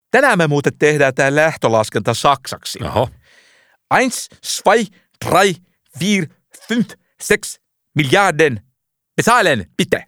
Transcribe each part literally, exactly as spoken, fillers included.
Tänään me muuten tehdään tämä lähtölaskenta saksaksi. Oho. Eins, zwei, drei, vier, fünf, sechs Milliarden bezahlen, bitte.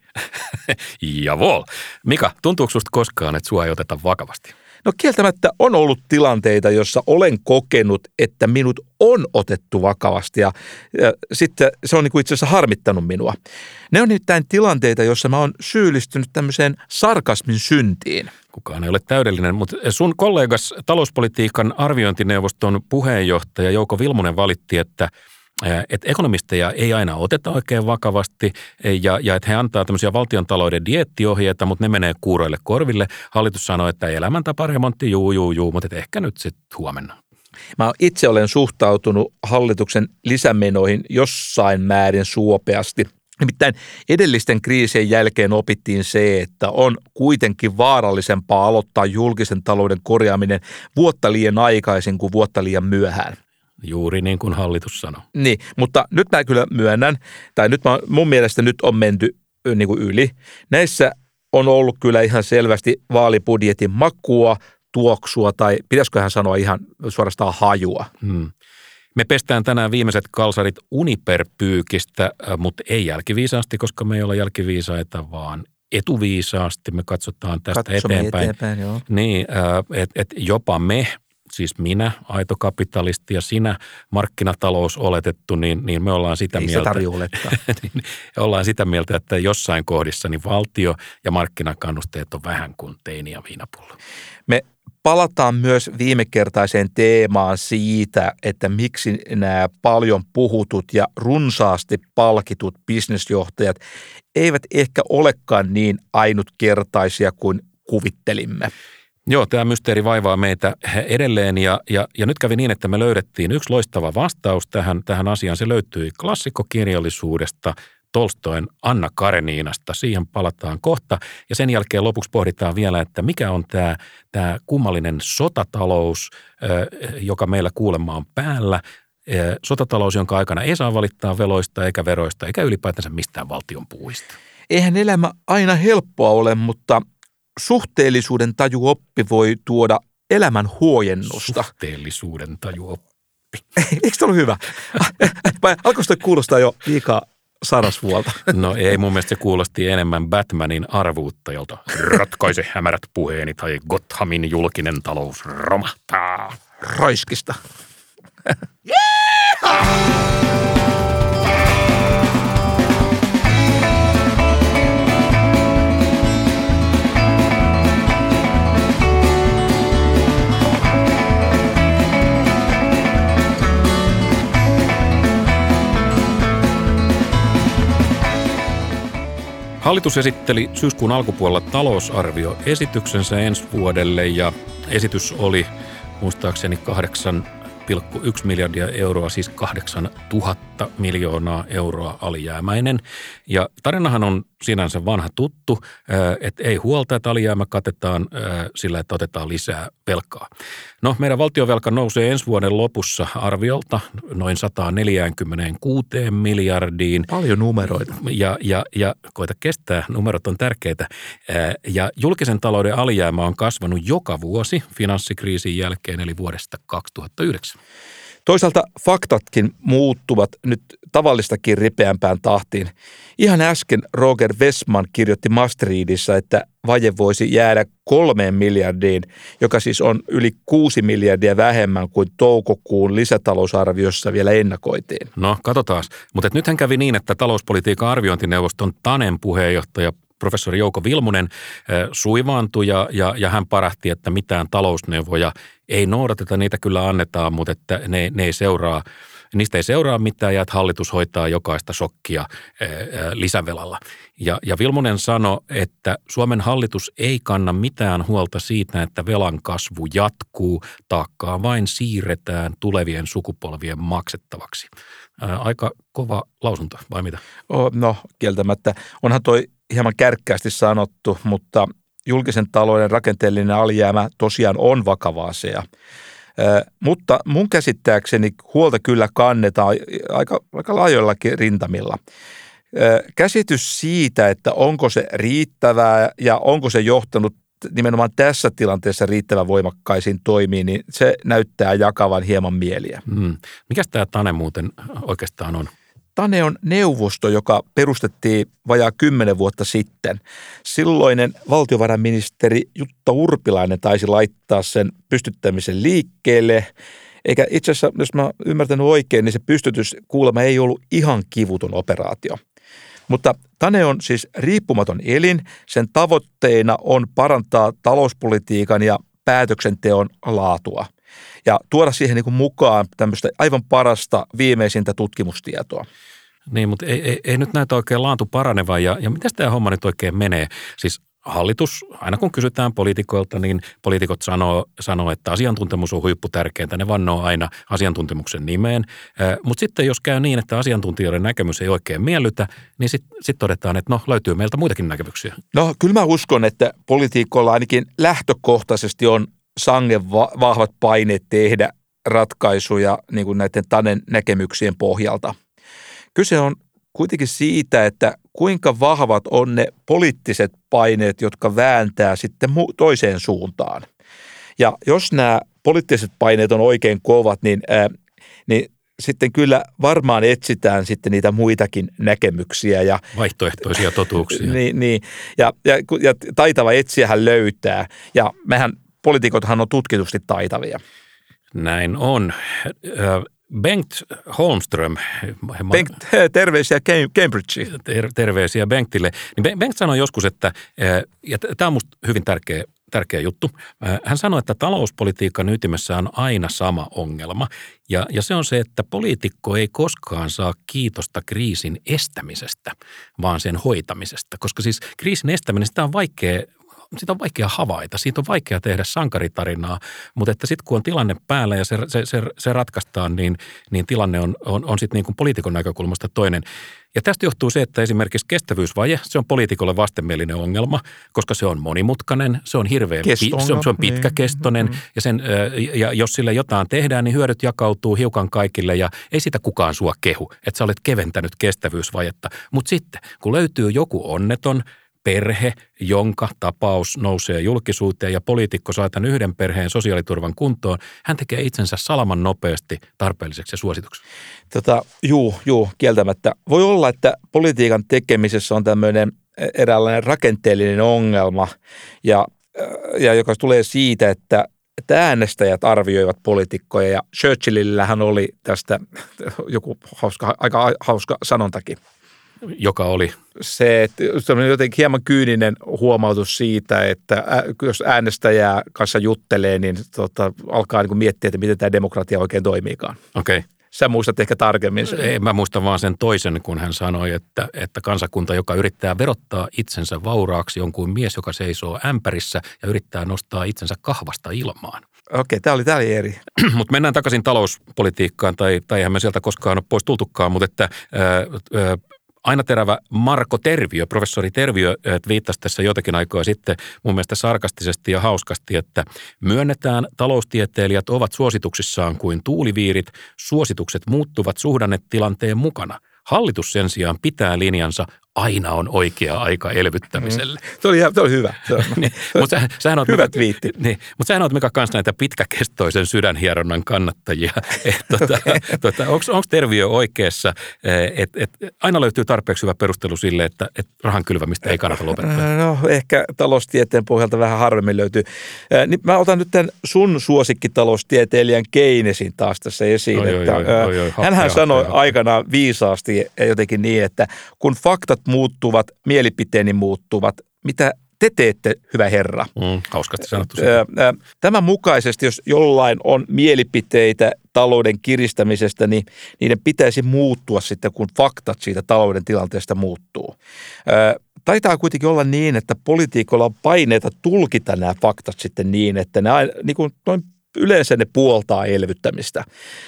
Jawohl. Mika, tuntuuko susta koskaan, että sua ei oteta vakavasti? No kieltämättä on ollut tilanteita, jossa olen kokenut, että minut on otettu vakavasti ja, ja sitten se on niin kuin itse asiassa harmittanut minua. Ne on nimittäin tilanteita, jossa mä oon syyllistynyt tämmöiseen sarkasmin syntiin. Kukaan ei ole täydellinen, mutta sun kollegas talouspolitiikan arviointineuvoston puheenjohtaja Jouko Vilmunen valitti, että että ekonomisteja ei aina oteta oikein vakavasti ja, ja että he antaa tämmöisiä valtiontalouden dieettiohjeita, mutta ne menee kuuroille korville. Hallitus sanoo, että elämäntaparemontti, juu, juu, juu, mutta ehkä nyt sitten huomenna. Mä itse olen suhtautunut hallituksen lisämenoihin jossain määrin suopeasti. Nimittäin edellisten kriisien jälkeen opittiin se, että on kuitenkin vaarallisempaa aloittaa julkisen talouden korjaaminen vuotta liian aikaisin kuin vuotta liian myöhään. Juuri niin kuin hallitus sanoi. Niin, mutta nyt mä kyllä myönnän, tai nyt mä, mun mielestä nyt on menty niin kuin yli. Näissä on ollut kyllä ihan selvästi vaalibudjetin makua, tuoksua tai pitäisiköhän sanoa ihan suorastaan hajua. Hmm. Me pestään tänään viimeiset kalsarit Uniper-pyykistä, mutta ei jälkiviisaasti, koska me ei olla jälkiviisaita, vaan etuviisaasti. Me katsotaan tästä Katsomme eteenpäin. eteenpäin joo. Niin, että et jopa me, siis minä, aito kapitalisti ja sinä, markkinatalous oletettu, niin, niin me ollaan sitä ei mieltä. Ei se olettaa. niin, ollaan sitä mieltä, että jossain kohdissa niin valtio ja markkinakannusteet on vähän kuin teini ja viinapullo. Me palataan myös viimekertaiseen teemaan siitä, että miksi nämä paljon puhutut ja runsaasti palkitut bisnesjohtajat eivät ehkä olekaan niin ainutkertaisia kuin kuvittelimme. Joo, tämä mysteeri vaivaa meitä edelleen ja, ja, ja nyt kävi niin, että me löydettiin yksi loistava vastaus tähän, tähän asiaan. Se löytyi klassikokirjallisuudesta, Tolstoin Anna Kareniinasta. Siihen palataan kohta ja sen jälkeen lopuksi pohditaan vielä, että mikä on tämä, tämä kummallinen sotatalous, joka meillä kuulemma on päällä. Sotatalous, jonka aikana ei saa valittaa veloista eikä veroista eikä ylipäätänsä mistään valtion puuista. Eihän elämä aina helppoa ole, mutta suhteellisuuden tajuoppi voi tuoda elämän huojennusta. Suhteellisuuden tajuoppi. Eikö se ollut hyvä? Alkoiko se kuulostaa jo liikaa sarasvuolta? No ei, mun mielestä se kuulosti enemmän Batmanin arvuuttajalta. Ratkaise hämärät puheeni tai Gothamin julkinen talous romahtaa. Roiskista. Hallitus esitteli syyskuun alkupuolella talousarvioesityksensä ensi vuodelle ja esitys oli muistaakseni kahdeksan pilkku yksi miljardia euroa, siis kahdeksan tuhatta miljoonaa euroa alijäämäinen. Ja tarinahan on sinänsä vanha tuttu, että ei huolta, että alijäämä katetaan sillä, että otetaan lisää velkaa. No, meidän valtionvelka nousee ensi vuoden lopussa arviolta noin sata neljäkymmentäkuusi miljardiin. Paljon numeroita. Ja, ja, ja koita kestää, numerot on tärkeitä. Ja julkisen talouden alijäämä on kasvanut joka vuosi finanssikriisin jälkeen, eli vuodesta kaksituhattayhdeksän. Toisaalta faktatkin muuttuvat nyt tavallistakin ripeämpään tahtiin. Ihan äsken Roger Wessman kirjoitti Maastrichtissa, että vaje voisi jäädä kolmeen miljardiin, joka siis on yli kuusi miljardia vähemmän kuin toukokuun lisätalousarviossa vielä ennakoitiin. No, katsotaan. Mutta nythän kävi niin, että talouspolitiikan arviointineuvoston TANen puheenjohtaja professori Jouko Vilmunen suivaantui ja, ja, ja hän parahti, että mitään talousneuvoja ei noudateta, niitä kyllä annetaan, mutta että ne, ne ei seuraa, niistä ei seuraa mitään ja että hallitus hoitaa jokaista shokkia ää, lisävelalla. Ja, ja Vilmunen sanoi, että Suomen hallitus ei kanna mitään huolta siitä, että velan kasvu jatkuu, taakkaa vain siirretään tulevien sukupolvien maksettavaksi. Ää, aika kova lausunto, vai mitä? Oh, no, kieltämättä. Onhan toi hieman kärkkäästi sanottu, mutta julkisen talouden rakenteellinen alijäämä tosiaan on vakava asia. Ö, mutta mun käsittääkseni huolta kyllä kannetaan aika, aika laajoillakin rintamilla. Ö, käsitys siitä, että onko se riittävää ja onko se johtanut nimenomaan tässä tilanteessa riittävän voimakkaisiin toimiin, niin se näyttää jakavan hieman mieliä. Hmm. Mikäs tämä TANE muuten oikeastaan on? TANE on neuvosto, joka perustettiin vajaa kymmenen vuotta sitten. Silloinen valtiovarainministeri Jutta Urpilainen taisi laittaa sen pystyttämisen liikkeelle. Eikä itse asiassa, jos mä ymmärtänyt oikein, niin se pystytys kuulemma ei ollut ihan kivuton operaatio. Mutta TANE on siis riippumaton elin. Sen tavoitteena on parantaa talouspolitiikan ja päätöksenteon laatua ja tuoda siihen niin kuin mukaan tämmöistä aivan parasta viimeisintä tutkimustietoa. Niin, mutta ei, ei, ei nyt näytä oikein laatu paranevan. Ja, ja miten tämä homma nyt oikein menee? Siis hallitus, aina kun kysytään poliitikoilta, niin poliitikot sanoo, sanoo, että asiantuntemus on huipputärkeintä. Ne vannoo aina asiantuntemuksen nimeen. Mutta sitten jos käy niin, että asiantuntijoiden näkemys ei oikein miellytä, niin sitten sit todetaan, että no löytyy meiltä muitakin näkemyksiä. No kyllä mä uskon, että poliitikoilla ainakin lähtökohtaisesti on sangen va- vahvat paineet tehdä ratkaisuja niin kuin näiden TANEn näkemyksien pohjalta. Kyse on kuitenkin siitä, että kuinka vahvat on ne poliittiset paineet, jotka vääntää sitten toiseen suuntaan. Ja jos nämä poliittiset paineet on oikein kovat, niin, ää, niin sitten kyllä varmaan etsitään sitten niitä muitakin näkemyksiä. Ja, vaihtoehtoisia totuuksia. niin, niin ja, ja, ja taitava etsijähän löytää. Ja mehän poliitikothan on tutkitusti taitavia. Näin on. Bengt Holmström. Bengt, terveisiä Cambridgeen. Ter, terveisiä Bengtille. Niin Bengt sanoi joskus, että, ja tämä on musta hyvin tärkeä, tärkeä juttu, hän sanoi, että talouspolitiikan ytimessä on aina sama ongelma. Ja, ja se on se, että poliitikko ei koskaan saa kiitosta kriisin estämisestä, vaan sen hoitamisesta. Koska siis kriisin estäminen, sitä on vaikea Sitä on vaikea havaita, siitä on vaikea tehdä sankaritarinaa, mutta että sitten kun on tilanne päällä ja se, se, se, se ratkaistaan, niin, niin tilanne on, on, on sitten niin kuin poliitikon näkökulmasta toinen. Ja tästä johtuu se, että esimerkiksi kestävyysvaje, se on poliitikolle vastenmielinen ongelma, koska se on monimutkainen, se on hirveän pi, se on, se on pitkäkestoinen niin. ja, sen, ja jos sille jotain tehdään, niin hyödyt jakautuu hiukan kaikille ja ei sitä kukaan sua kehu, että sä olet keventänyt kestävyysvajetta. Mutta sitten kun löytyy joku onneton, perhe, jonka tapaus nousee julkisuuteen ja poliitikko saa tämän yhden perheen sosiaaliturvan kuntoon, hän tekee itsensä salaman nopeasti tarpeelliseksi ja suosituksi. Tota, juu, juu, kieltämättä. Voi olla, että politiikan tekemisessä on tämmöinen eräänlainen rakenteellinen ongelma, ja, ja joka tulee siitä, että, että äänestäjät arvioivat poliitikkoja, ja Churchillillähän oli tästä joku hauska, aika hauska sanontakin. Joka oli? Se, että se on jotenkin hieman kyyninen huomautus siitä, että jos äänestäjää kanssa juttelee, niin tota, alkaa niin kuin miettiä, että miten tämä demokratia oikein toimiikaan. Okei. Okay. Sä muistat ehkä tarkemmin sen. Ei, mä muistan vaan sen toisen, kun hän sanoi, että, että kansakunta, joka yrittää verottaa itsensä vauraaksi, on kuin mies, joka seisoo ämpärissä ja yrittää nostaa itsensä kahvasta ilmaan. Okei, tämä oli, tämä oli eri. Mutta mennään takaisin talouspolitiikkaan, tai, tai eihän me sieltä koskaan ole pois tultukaan, mutta että ää, ää, aina terävä Marko Terviö, professori Terviö, viittasi tässä jotakin aikaa sitten mun mielestä sarkastisesti ja hauskasti, että myönnetään taloustieteilijät ovat suosituksissaan kuin tuuliviirit, suositukset muuttuvat suhdannetilanteen mukana. Hallitus sen sijaan pitää linjansa, aina on oikea aika elvyttämiselle. Mm. Se oli, se oli hyvä. Se niin, mutta sä, sähän oot hyvä Mika, twiitti. Niin, mutta sähän oot Mika kanssa näitä pitkäkestoisen sydänhieronnan kannattajia. Tuota, tuota, onko Terviö oikeassa, että et, aina löytyy tarpeeksi hyvä perustelu sille, että et rahan kylvämistä ei kannata lopettaa? No ehkä taloustieteen pohjalta vähän harvemmin löytyy. Niin mä otan nyt tämän sun suosikkitaloustieteilijän Keynesin taas tässä esiin. Oi, että oi, oi, oi, oi, hänhän happea, sanoi happea. aikanaan viisaasti jotenkin niin, että kun faktat muuttuvat, mielipiteeni muuttuvat. Mitä te teette, hyvä herra? Mm, hauskasti sanottu. Tämän mukaisesti, jos jollain on mielipiteitä talouden kiristämisestä, niin niiden pitäisi muuttua sitten, kun faktat siitä talouden tilanteesta muuttuu. Taitaa kuitenkin olla niin, että politiikoilla on paineita tulkita nämä faktat sitten niin, että ne niin kuin noin yleensä ne puoltaa elvyttämistä.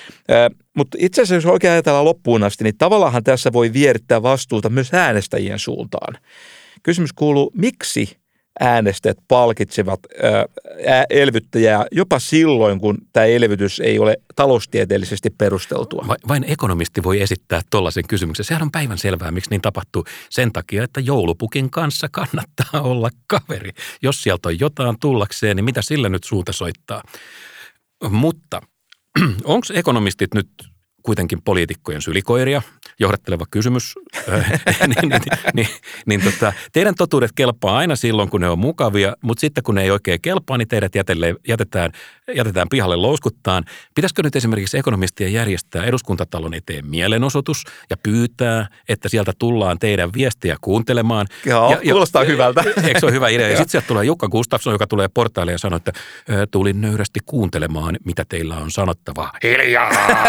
Mutta itse asiassa, jos oikein ajatellaan loppuun asti, niin tavallaan tässä voi vierittää vastuuta myös äänestäjien suuntaan. Kysymys kuuluu, miksi äänestäjät palkitsevat elvyttäjää jopa silloin, kun tämä elvytys ei ole taloustieteellisesti perusteltua. Vain ekonomisti voi esittää tollaisen kysymyksen. Sehän on päivän selvää, miksi niin tapahtuu. Sen takia, että joulupukin kanssa kannattaa olla kaveri. Jos sieltä on jotain tullakseen, niin mitä sillä nyt suuta soittaa? Mutta onko ekonomistit nyt kuitenkin poliitikkojen sylikoiria? Johdatteleva kysymys. niin, niin, niin, niin tota, teidän totuudet kelpaa aina silloin, kun ne on mukavia, mutta sitten kun ne ei oikein kelpaa, niin teidät jätelle, jätetään, jätetään pihalle louskuttaan. Pitäisikö nyt esimerkiksi ekonomistien järjestää eduskuntatalon eteen mielenosoitus ja pyytää, että sieltä tullaan teidän viestiä kuuntelemaan? Joo, ja, kuulostaa ja, hyvältä. Eikö se ole hyvä idea? Ja sitten sieltä tulee Jukka Gustafsson, joka tulee portaille ja sanoo, että tulin nöyrästi kuuntelemaan, mitä teillä on sanottavaa. Hiljaa!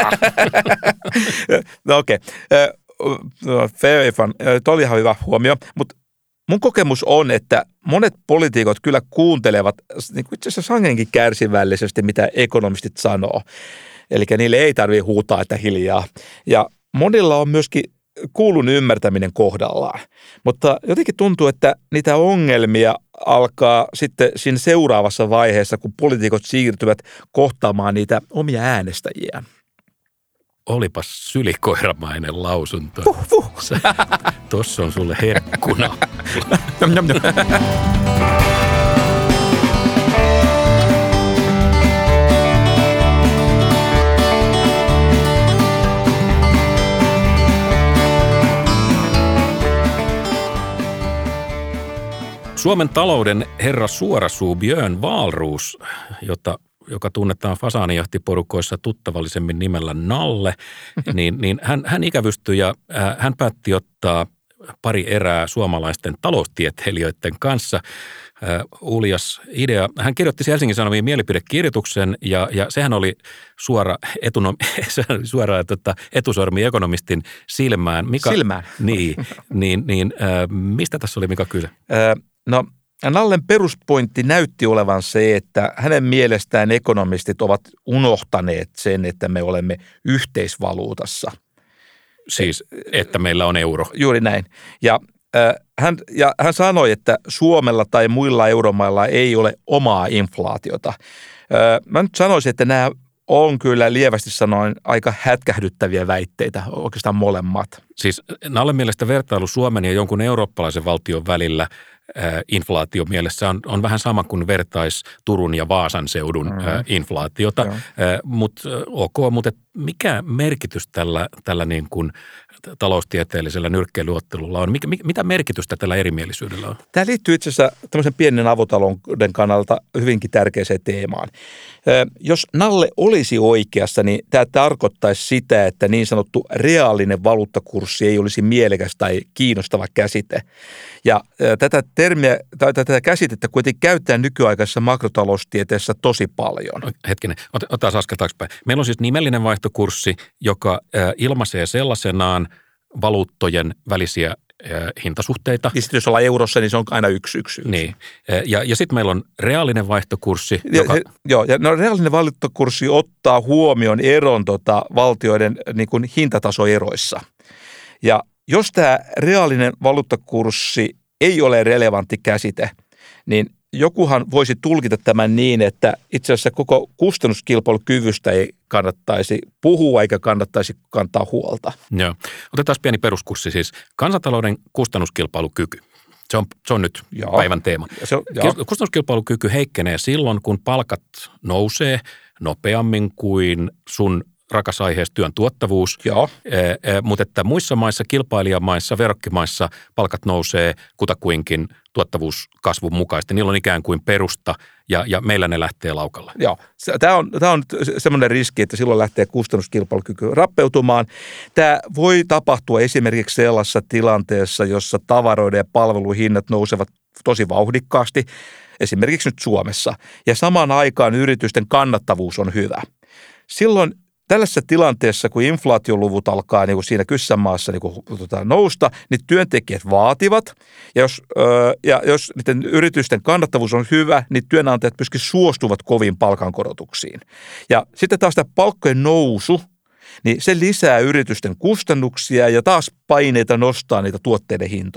No okei. Okay. Fair fun. Tuo oli ihan hyvä huomio, mutta mun kokemus on, että monet poliitikot kyllä kuuntelevat niin itse asiassa sangenkin kärsivällisesti, mitä ekonomistit sanoo. Eli niille ei tarvitse huutaa, että hiljaa. Ja monilla on myöskin kuulun ymmärtäminen kohdallaan. Mutta jotenkin tuntuu, että niitä ongelmia alkaa sitten siinä seuraavassa vaiheessa, kun poliitikot siirtyvät kohtaamaan niitä omia äänestäjiään. Olipas sylikoiramainen lausunto. Puh, puh. Tossa on sulle herkkuna. Suomen talouden herra suorasuu Björn Wahlroos, jota joka tunnetaan fasaanijahtiporukoissa tuttavallisemmin nimellä Nalle, niin, niin hän, hän ikävystyi ja äh, hän päätti ottaa pari erää suomalaisten taloustieteilijöiden kanssa. Äh, uljas idea. Hän kirjoitti Helsingin Sanomiin mielipidekirjoituksen ja, ja sehän oli suora, etuno, suora tota, etusormi ekonomistin silmään. Mika, silmään? Niin, niin, niin äh, mistä tässä oli Mika kyse? Äh, no... Nallen peruspointti näytti olevan se, että hänen mielestään ekonomistit ovat unohtaneet sen, että me olemme yhteisvaluutassa. Siis, että meillä on euro. Juuri näin. Ja, äh, hän, ja hän sanoi, että Suomella tai muilla euromailla ei ole omaa inflaatiota. Äh, mä nyt sanoisin, että nämä on kyllä lievästi sanoen aika hätkähdyttäviä väitteitä, oikeastaan molemmat. Siis Nallen mielestä vertailu Suomen ja jonkun eurooppalaisen valtion välillä inflaatio mielessä on, on vähän sama kuin vertais Turun ja Vaasan seudun mm-hmm. ä, inflaatiota, mutta ok, mutta mikä merkitys tällä, tällä niin kuin taloustieteellisellä nyrkkeilyottelulla on? Mikä, mitä merkitystä tällä erimielisyydellä on? Tämä liittyy itse asiassa tämmöisen pienen avotalouden kannalta hyvinkin tärkeäseen teemaan. Jos Nalle olisi oikeassa, niin tämä tarkoittaisi sitä, että niin sanottu reaalinen valuuttakurssi ei olisi mielekäs tai kiinnostava käsite. Ja tätä termiä tai tätä käsitettä kuitenkin käytetään nykyaikaisessa makrotaloustieteessä tosi paljon. Hetkinen, otetaan askel taaksepäin. Meillä on siis nimellinen vaihtokurssi, joka ilmaisee sellaisenaan valuuttojen välisiä hintasuhteita. Ja sitten jos ollaan eurossa, niin se on aina yksi yksi. yksi. Niin. Ja, ja sitten meillä on reaalinen vaihtokurssi. Joka... Ja, joo, ja no, reaalinen vaihtokurssi ottaa huomioon eron tota, valtioiden niin kuin hintatasoeroissa. Ja jos tämä reaalinen valuuttakurssi ei ole relevantti käsite, niin jokuhan voisi tulkita tämän niin, että itse asiassa koko kustannuskilpailukyvystä ei kannattaisi puhua eikä kannattaisi kantaa huolta. Joo. Otetaan pieni peruskurssi siis. Kansantalouden kustannuskilpailukyky. Se on, se on nyt joo. päivän teema. Se on, kustannuskilpailukyky heikkenee silloin, kun palkat nousee nopeammin kuin sun rakas aiheessa työn tuottavuus, Joo. E, e, mutta että muissa maissa, kilpailijamaissa, verrokkimaissa palkat nousee kutakuinkin tuottavuuskasvun mukaisesti. Niillä on ikään kuin perusta ja, ja meillä ne lähtee laukalle. Joo, tämä on, tämä on semmoinen riski, että silloin lähtee kustannuskilpailukyky rappeutumaan. Tämä voi tapahtua esimerkiksi sellaisessa tilanteessa, jossa tavaroiden ja palveluhinnat nousevat tosi vauhdikkaasti, esimerkiksi nyt Suomessa, ja samaan aikaan yritysten kannattavuus on hyvä. Silloin tällaisessa tilanteessa, kun inflaatioluvut alkaa niin kuin siinä kyssämaassa niin kuin, tota, nousta, niin työntekijät vaativat. Ja jos, öö, ja jos niiden yritysten kannattavuus on hyvä, niin työnantajat myöskin suostuvat koviin palkankorotuksiin. Ja sitten taas tämä palkkojen nousu, niin se lisää yritysten kustannuksia ja taas paineita nostaa niitä tuotteiden hintoja.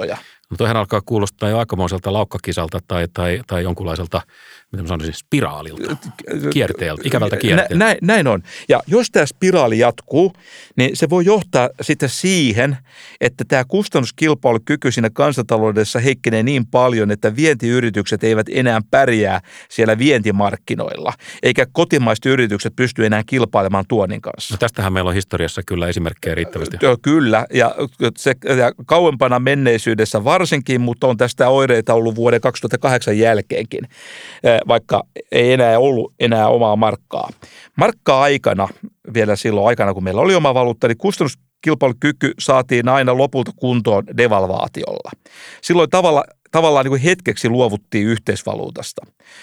No toihan alkaa kuulostaa jo aikamoiselta laukkakisalta tai, tai, tai jonkunlaiselta, mitä mä sanoisin, spiraalilta, kierteeltä, ikävältä kierteeltä. Nä, näin, näin on. Ja jos tämä spiraali jatkuu, niin se voi johtaa sitten siihen, että tämä kustannuskilpailukyky siinä kansantaloudessa heikkenee niin paljon, että vientiyritykset eivät enää pärjää siellä vientimarkkinoilla, eikä kotimaiset yritykset pysty enää kilpailemaan tuonnin kanssa. No tästähän meillä on historiassa kyllä esimerkkejä riittävästi. Joo, kyllä, ja, se, ja kauempana menneisyydessä varsinkin, mutta on tästä oireita ollut vuoden kaksituhattakahdeksan jälkeenkin, vaikka ei enää ollut enää omaa markkaa. Markka-aikana, vielä silloin aikana, kun meillä oli oma valuutta, niin kustannuskilpailukyky saatiin aina lopulta kuntoon devalvaatiolla. Silloin tavalla, tavallaan niin kuin hetkeksi luovuttiin yhteisvaluutasta.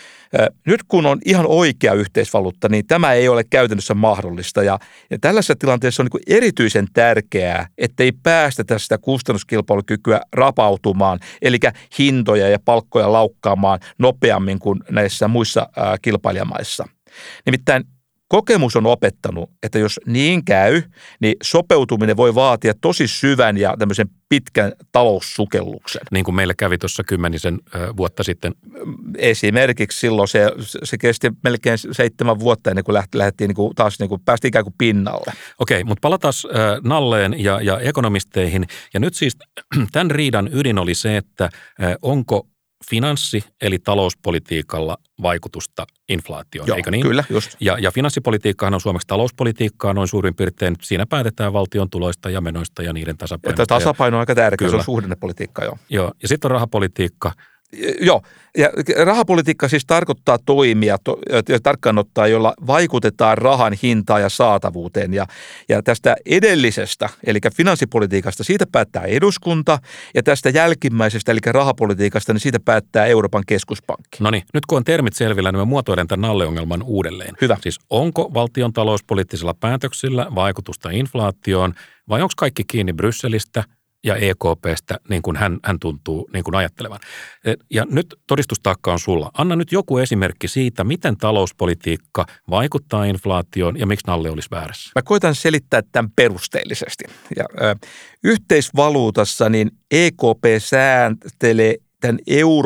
Nyt kun on ihan oikea yhteisvaluutta, niin tämä ei ole käytännössä mahdollista ja, ja tällaisessa tilanteessa on niin kuin erityisen tärkeää, ettei päästetä sitä kustannuskilpailukykyä rapautumaan, eli hintoja ja palkkoja laukkaamaan nopeammin kuin näissä muissa ää, kilpailijamaissa. Nimittäin kokemus on opettanut, että jos niin käy, niin sopeutuminen voi vaatia tosi syvän ja tämmöisen pitkän taloussukelluksen. Niin kuin meille kävi tuossa kymmenisen vuotta sitten. Esimerkiksi silloin se, se kesti melkein seitsemän vuotta ennen kuin lähdettiin niin kuin taas niin kuin päästiin ikään kuin pinnalle. Okei, mutta palataan äh, Nalleen ja, ja ekonomisteihin. Ja nyt siis tämän riidan ydin oli se, että äh, onko finanssi- eli talouspolitiikalla vaikutusta inflaatioon, Joo, eikö niin? Kyllä, just. Ja, ja finanssipolitiikkahan on suomeksi talouspolitiikkaa noin suurin piirtein. Siinä päätetään valtion tuloista ja menoista ja niiden tasapainosta. Että tasapaino on aika tärkeä, Kyllä. Se on suhdannepolitiikka, joo. Joo, ja sitten on rahapolitiikka. Joo, ja rahapolitiikka siis tarkoittaa toimia, to, ja tarkkaan ottaa, jolla vaikutetaan rahan hintaan ja saatavuuteen. Ja, ja tästä edellisestä, eli finanssipolitiikasta, siitä päättää eduskunta, ja tästä jälkimmäisestä, eli rahapolitiikasta, niin siitä päättää Euroopan keskuspankki. No niin, nyt kun on termit selvillä, niin mä muotoilen tämän Nalle-ongelman uudelleen. Hyvä. Siis onko valtion talouspoliittisilla päätöksillä vaikutusta inflaatioon, vai onko kaikki kiinni Brysselistä ja E K P:stä, niin kuin hän, hän tuntuu niin kuin ajattelevan. Ja nyt todistustaakka on sulla. Anna nyt joku esimerkki siitä, miten talouspolitiikka vaikuttaa inflaatioon ja miksi Nalle olisi väärässä. Mä koitan selittää tämän perusteellisesti. Ja, ö, yhteisvaluutassa niin E K P sääntelee tämän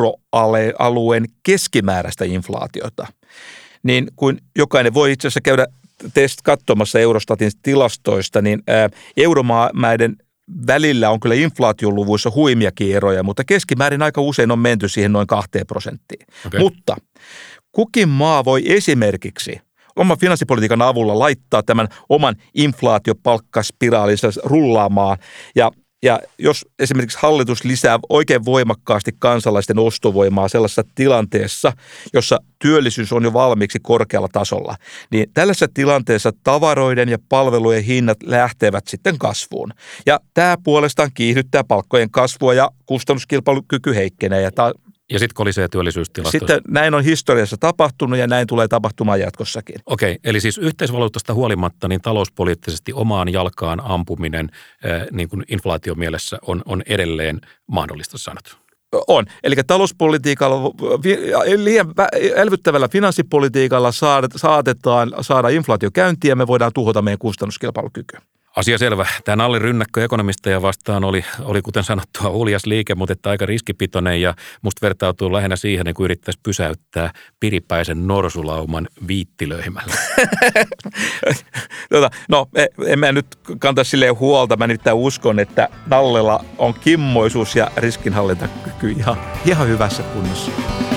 euroalueen keskimääräistä inflaatiota. Niin kuin jokainen voi itse asiassa käydä test katsomassa Eurostatin tilastoista, niin ö, euromaiden välillä on kyllä inflaatioluvuissa huimiakin eroja, mutta keskimäärin aika usein on menty siihen noin kahteen prosenttiin. Okay. Mutta kukin maa voi esimerkiksi oman finanssipolitiikan avulla laittaa tämän oman inflaatiopalkkaspiraalinsa rullaamaan ja Ja jos esimerkiksi hallitus lisää oikein voimakkaasti kansalaisten ostovoimaa sellaisessa tilanteessa, jossa työllisyys on jo valmiiksi korkealla tasolla, niin tällaisessa tilanteessa tavaroiden ja palvelujen hinnat lähtevät sitten kasvuun. Ja tämä puolestaan kiihdyttää palkkojen kasvua ja kustannuskilpailukyky heikkenee ja ta- Ja sitten kolisee työllisyystilasto. Sitten näin on historiassa tapahtunut ja näin tulee tapahtumaan jatkossakin. Okei, eli siis yhteisvaluutasta huolimatta niin talouspoliittisesti omaan jalkaan ampuminen äh, niin kuin inflaation mielessä on, on edelleen mahdollista sanot. On. Eli talouspolitiikalla, liian elvyttävällä finanssipolitiikalla saatetaan saada inflaatio käyntiin ja me voidaan tuhota meidän kustannuskilpailukykyä. Asia selvä. Tämä Nalle rynnäkkö ekonomisteja vastaan oli, oli kuten sanottua uljas liike, mutta että aika riskipitoinen ja musta vertautuu lähinnä siihen, kun yrittäisi pysäyttää piripäisen norsulauman viittilöimällä. No, en mä nyt kanta silleen huolta. Mä nyt uskon, että Nallella on kimmoisuus ja riskinhallintakyky ihan, ihan hyvässä kunnossa.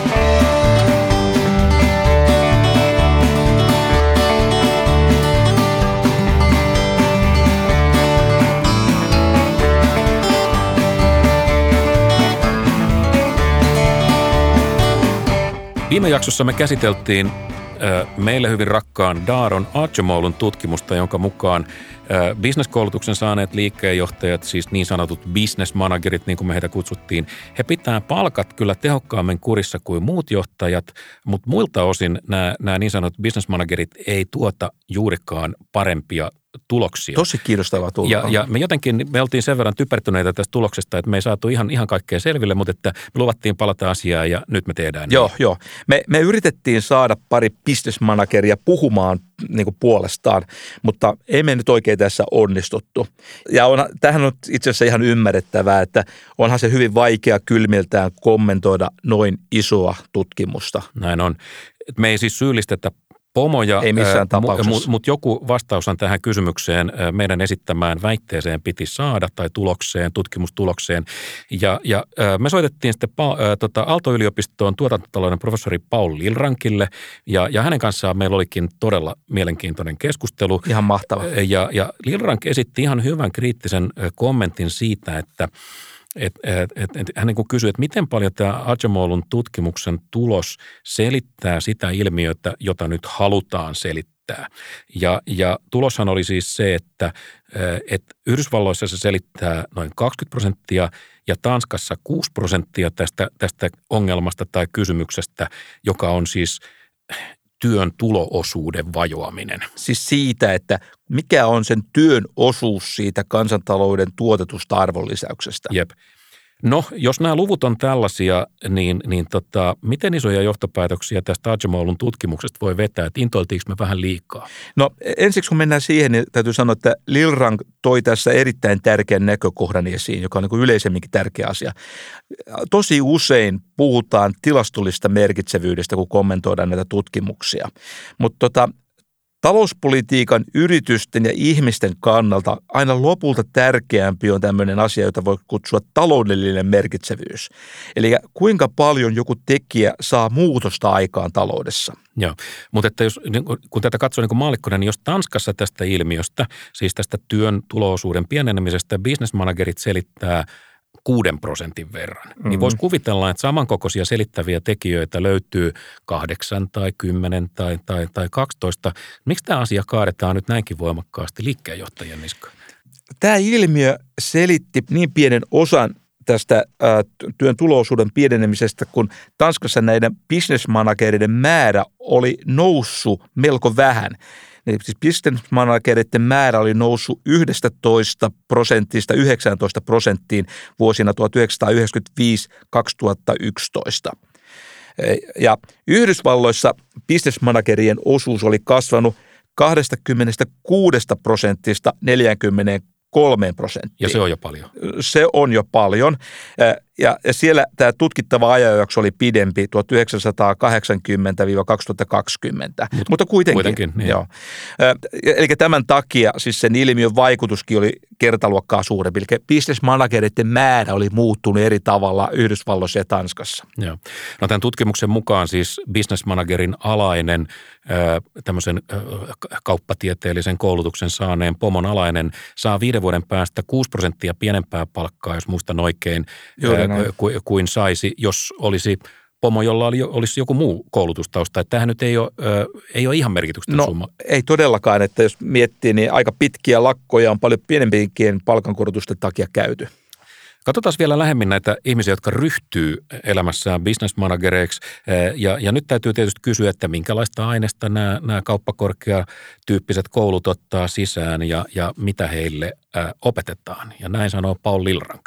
Viime jaksossa me käsiteltiin äh, meille hyvin rakkaan Daron Acemoglu'n tutkimusta, jonka mukaan äh, businesskoulutuksen saaneet liikkeenjohtajat, siis niin sanotut business managerit, niin kuin me heitä kutsuttiin, he pitää palkat kyllä tehokkaammin kurissa kuin muut johtajat, mutta muilta osin nämä, nämä niin sanotut business managerit ei tuota juurikaan parempia tuloksia. Tosi kiinnostavaa tulla. Ja, ja me jotenkin, me oltiin sen verran typertyneitä tästä tuloksesta, että me ei saatu ihan, ihan kaikkea selville, mutta että me luvattiin palata asiaan ja nyt me tehdään niin. Joo, joo. Me, me yritettiin saada pari businessmanageria puhumaan niin kuin puolestaan, mutta ei me nyt oikein tässä onnistuttu. Ja on, tämähän on itse asiassa ihan ymmärrettävää, että onhan se hyvin vaikea kylmiltään kommentoida noin isoa tutkimusta. Näin on. Me ei siis syyllistetä pomoja, ei missään tapauksessa. Mutta mut joku vastaushan tähän kysymykseen meidän esittämään väitteeseen piti saada tai tulokseen, tutkimustulokseen. Ja, ja me soitettiin sitten tota, Aalto-yliopistoon tuotantotalouden professori Paul Lilrankille ja, ja hänen kanssaan meillä olikin todella mielenkiintoinen keskustelu. Ihan mahtava. Ja, ja Lilrank esitti ihan hyvän kriittisen kommentin siitä, että Et, et, et, et, hän niin kuin kysyi, että miten paljon tämä Acemoglu'n tutkimuksen tulos selittää sitä ilmiötä, jota nyt halutaan selittää. Ja, ja tuloshan oli siis se, että et Yhdysvalloissa se selittää noin kaksikymmentä prosenttia ja Tanskassa kuusi prosenttia tästä, tästä ongelmasta tai kysymyksestä, joka on siis työn tuloosuuden vajoaminen. Siis siitä, että mikä on sen työn osuus siitä kansantalouden tuotetusta arvonlisäyksestä. Jep. No, jos nämä luvut on tällaisia, niin, niin tota, miten isoja johtopäätöksiä tästä Acemoglu'n tutkimuksesta voi vetää, että intoiltiinko me vähän liikaa? No ensiksi kun mennään siihen, niin täytyy sanoa, että Lilrank toi tässä erittäin tärkeän näkökohdan esiin, joka on niin kuin yleisemminkin tärkeä asia. Tosi usein puhutaan tilastollista merkitsevyydestä, kun kommentoidaan näitä tutkimuksia, mutta tota, talouspolitiikan, yritysten ja ihmisten kannalta aina lopulta tärkeämpi on tämmöinen asia, jota voi kutsua taloudellinen merkitsevyys. Eli kuinka paljon joku tekijä saa muutosta aikaan taloudessa. Joo, mutta että jos, kun tätä katsoo niin kuin maallikkona, niin jos Tanskassa tästä ilmiöstä, siis tästä työn tuloosuuden pienenemisestä, businessmanagerit selittää kuuden prosentin verran, mm-hmm. niin voisi kuvitella, että samankokoisia selittäviä tekijöitä löytyy kahdeksan tai kymmenen tai, tai, tai kaksitoista. Miksi tämä asia kaadetaan nyt näinkin voimakkaasti liikkeenjohtajien niskaan? Tämä ilmiö selitti niin pienen osan tästä ää, työn tuloosuuden pienenemisestä, kun Tanskassa näiden businessmanagereiden määrä oli noussut melko vähän. Siis businessmanagereiden määrä oli noussut yksitoista prosentista yhdeksäntoista prosenttiin vuosina tuhatyhdeksänsataayhdeksänkymmentäviisi kaksituhattayksitoista. Ja Yhdysvalloissa businessmanagerien osuus oli kasvanut kaksikymmentäkuusi prosentista neljäkymmentäkolme prosenttiin. Ja se on jo paljon. Se on jo paljon. Ja, ja siellä tämä tutkittava ajanjakso oli pidempi, tuhatyhdeksänsataakahdeksankymmentä kaksituhattakaksikymmentä. Mut, Mutta kuitenkin. kuitenkin niin. Joo. Eli tämän takia siis sen ilmiön vaikutuskin oli kertaluokkaa suurempi. Eli businessmanagereiden määrä oli muuttunut eri tavalla Yhdysvalloissa ja Tanskassa. Joo. No tämän tutkimuksen mukaan siis businessmanagerin alainen, tämmöisen kauppatieteellisen koulutuksen saaneen pomon alainen saa viiden vuoden päästä kuusi prosenttia pienempää palkkaa, jos muistan oikein, kuin, kuin saisi, jos olisi pomo, jolla oli, olisi joku muu koulutustausta. Että tämähän nyt ei ole, ei ole ihan merkitystä no, summa. Ei todellakaan, että jos miettii, niin aika pitkiä lakkoja on paljon pienempiinkin palkankorotusten takia käyty. Katsotaan vielä lähemmin näitä ihmisiä, jotka ryhtyy elämässään businessmanagereiksi. Ja, ja nyt täytyy tietysti kysyä, että minkälaista aineesta nämä, nämä kauppakorkeatyyppiset koulut ottaa sisään ja, ja mitä heille ä, opetetaan. Ja näin sanoo Paul Lilrank.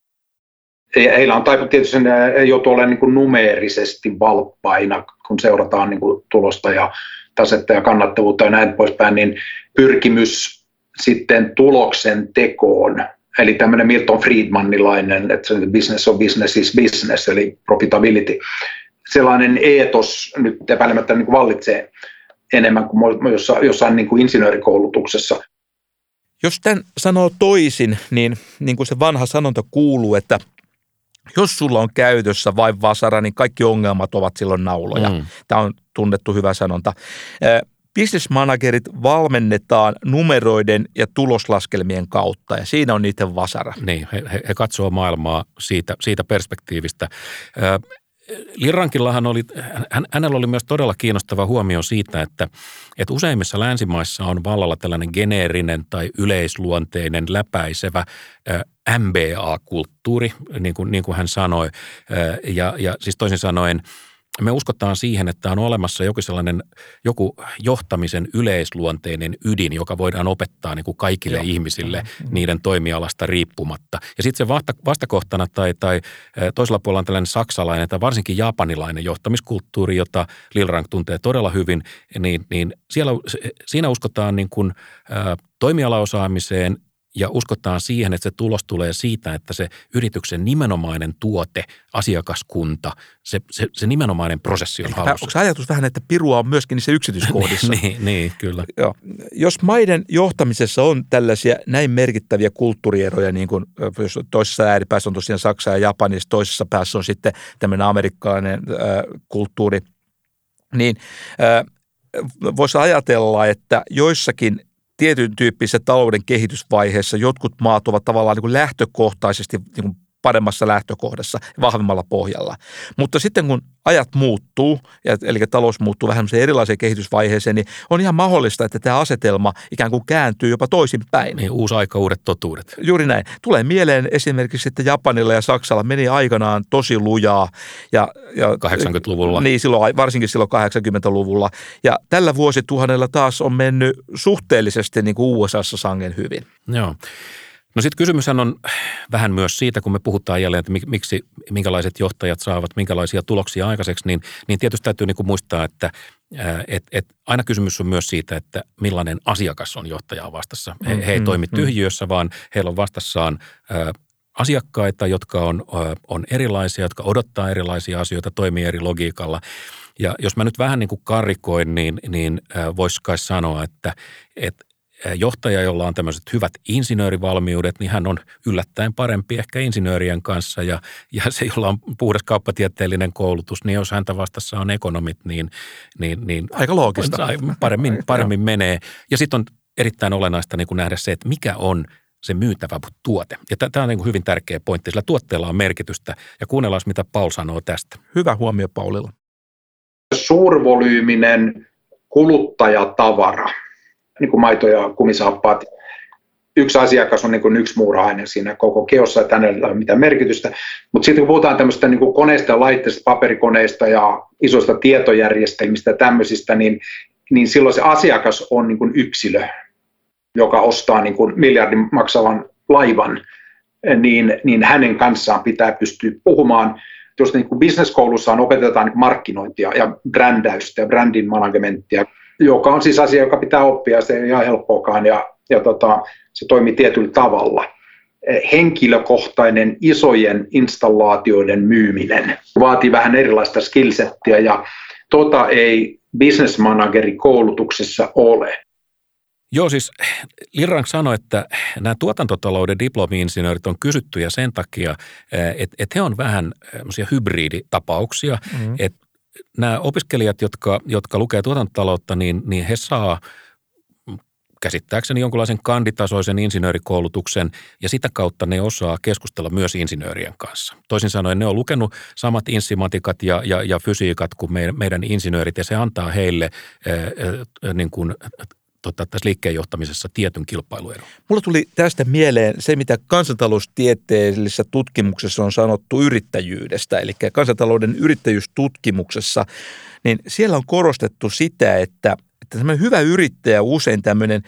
Heillä on taipu tietysti joutuu olemaan niin kuin numeerisesti valppaina, kun seurataan niin kuin tulosta ja tasetta ja kannattavuutta ja näin poispäin, niin pyrkimys sitten tuloksen tekoon. Eli tämmöinen Milton Friedmanilainen, että business on business is business, eli profitability. Sellainen eetos nyt epäilemättä niin kuin vallitsee enemmän kuin jossain, jossain niin kuin insinöörikoulutuksessa. Jos tämän sanoo toisin, niin, niin kuin se vanha sanonta kuuluu, että jos sulla on käytössä vain vasara, niin kaikki ongelmat ovat silloin nauloja. Mm. Tämä on tunnettu hyvä sanonta. Business-managerit valmennetaan numeroiden ja tuloslaskelmien kautta, ja siinä on niiden vasara. Niin, he, he katsoo maailmaa siitä, siitä perspektiivistä. Lilrankillahan oli, hän, hänellä oli myös todella kiinnostava huomio siitä, että, että useimmissa länsimaissa on vallalla tällainen geneerinen tai yleisluonteinen läpäisevä M B A-kulttuuri, niin kuin, niin kuin hän sanoi. Ja, ja siis toisin sanoen me uskotaan siihen, että on olemassa joku sellainen, joku johtamisen yleisluonteinen ydin, joka voidaan opettaa niin kuin kaikille Joo. ihmisille mm-hmm. niiden toimialasta riippumatta. Ja sitten se vasta, vastakohtana tai, tai toisella puolella on tällainen saksalainen tai varsinkin japanilainen johtamiskulttuuri, jota Lilrank tuntee todella hyvin, niin, niin siellä, siinä uskotaan niin kuin, ä, toimialaosaamiseen ja uskotaan siihen, että se tulos tulee siitä, että se yrityksen nimenomainen tuote, asiakaskunta, se, se, se nimenomainen prosessi on hallussa. Onko ajatus vähän, että pirua on myöskin niissä yksityiskohdissa? niin, niin, kyllä. Joo. Jos maiden johtamisessa on tällaisia näin merkittäviä kulttuurieroja, niin kuin jos toisessa ääripäässä on tosiaan Saksa ja Japani, toisessa päässä on sitten tämmöinen amerikkalainen äh, kulttuuri, niin äh, voisi ajatella, että joissakin tietyn tyyppisessä talouden kehitysvaiheessa jotkut maat ovat tavallaan niin kuin lähtökohtaisesti niin kuin paremmassa lähtökohdassa, vahvemmalla pohjalla. Mutta sitten kun ajat muuttuu, eli talous muuttuu vähän erilaiseen kehitysvaiheeseen, niin on ihan mahdollista, että tämä asetelma ikään kuin kääntyy jopa toisinpäin. Niin, uusi aika, uudet totuudet. Juuri näin. Tulee mieleen esimerkiksi, että Japanilla ja Saksalla meni aikanaan tosi lujaa. Ja, ja, kahdeksankymmentäluvulla. Niin, silloin, varsinkin silloin kahdeksankymmentäluvulla. Ja tällä vuosituhannella taas on mennyt suhteellisesti niin kuin U S A:ssa sangen hyvin. Joo. No sitten kysymyshän on vähän myös siitä, kun me puhutaan jälleen, että miksi, minkälaiset johtajat saavat minkälaisia tuloksia aikaiseksi, niin, niin tietysti täytyy niin kuin muistaa, että et, et aina kysymys on myös siitä, että millainen asiakas on johtajaa vastassa. He, he ei toimi tyhjiössä, vaan heillä on vastassaan ä, asiakkaita, jotka on, ä, on erilaisia, jotka odottaa erilaisia asioita, toimii eri logiikalla. Ja jos mä nyt vähän niin kuin karrikoin, niin, niin voisi kai sanoa, että et, johtaja, jolla on tämmöiset hyvät insinöörivalmiudet, niin hän on yllättäen parempi ehkä insinöörien kanssa ja, ja se, jolla on puhdas kauppatieteellinen koulutus, niin jos häntä vastassa on ekonomit, niin, niin, niin aika loogista. Paremmin, paremmin menee. Ja sitten on erittäin olennaista niin kuin nähdä se, että mikä on se myytävä tuote. Ja tämä on niin kuin hyvin tärkeä pointti, sillä tuotteella on merkitystä. Ja kuunnellaan, mitä Paul sanoo tästä. Hyvä huomio Paulilla. Suurvolyyminen kuluttajatavara, niin kuin maito ja kumisaappaat. Yksi asiakas on niin kuin yksi muura-aine siinä koko keossa, että hänellä ei ole mitään merkitystä. Mutta sitten kun puhutaan tämmöistä niin kuin koneista ja laitteista, paperikoneista ja isoista tietojärjestelmistä ja tämmöisistä, niin, niin silloin se asiakas on niin kuin yksilö, joka ostaa niin kuin miljardin maksavan laivan, niin, niin hänen kanssaan pitää pystyä puhumaan. Jos niin kuin business-koulussaan opetetaan niin kuin markkinointia ja brändäystä ja brändin managementtia, joka on siis asia, joka pitää oppia, se ei ole helppoakaan ja, ja tota, se toimii tietyllä tavalla. Henkilökohtainen isojen installaatioiden myyminen vaatii vähän erilaista skillsettiä ja tota ei business manageri koulutuksessa ole. Joo, siis Lilrank sanoi, että nämä tuotantotalouden diplomi-insinöörit on kysyttyjä sen takia, että, että he on vähän semmoisia hybriditapauksia, mm-hmm. että nämä opiskelijat, jotka, jotka lukee tuotantotaloutta, niin, niin he saa käsittääkseni jonkinlaisen kanditasoisen insinöörikoulutuksen ja sitä kautta ne osaa keskustella myös insinöörien kanssa. Toisin sanoen ne on lukenut samat insymatikat ja, ja, ja fysiikat kuin me, meidän insinöörit ja se antaa heille ää, ää, niin kuin, tota, tässä liikkeenjohtamisessa tietyn kilpailuedon. Mulla tuli tästä mieleen se, mitä kansantaloustieteellisessä tutkimuksessa on sanottu yrittäjyydestä, eli kansantalouden yrittäjyystutkimuksessa, niin siellä on korostettu sitä, että, että tämmöinen hyvä yrittäjä on usein tämmöinen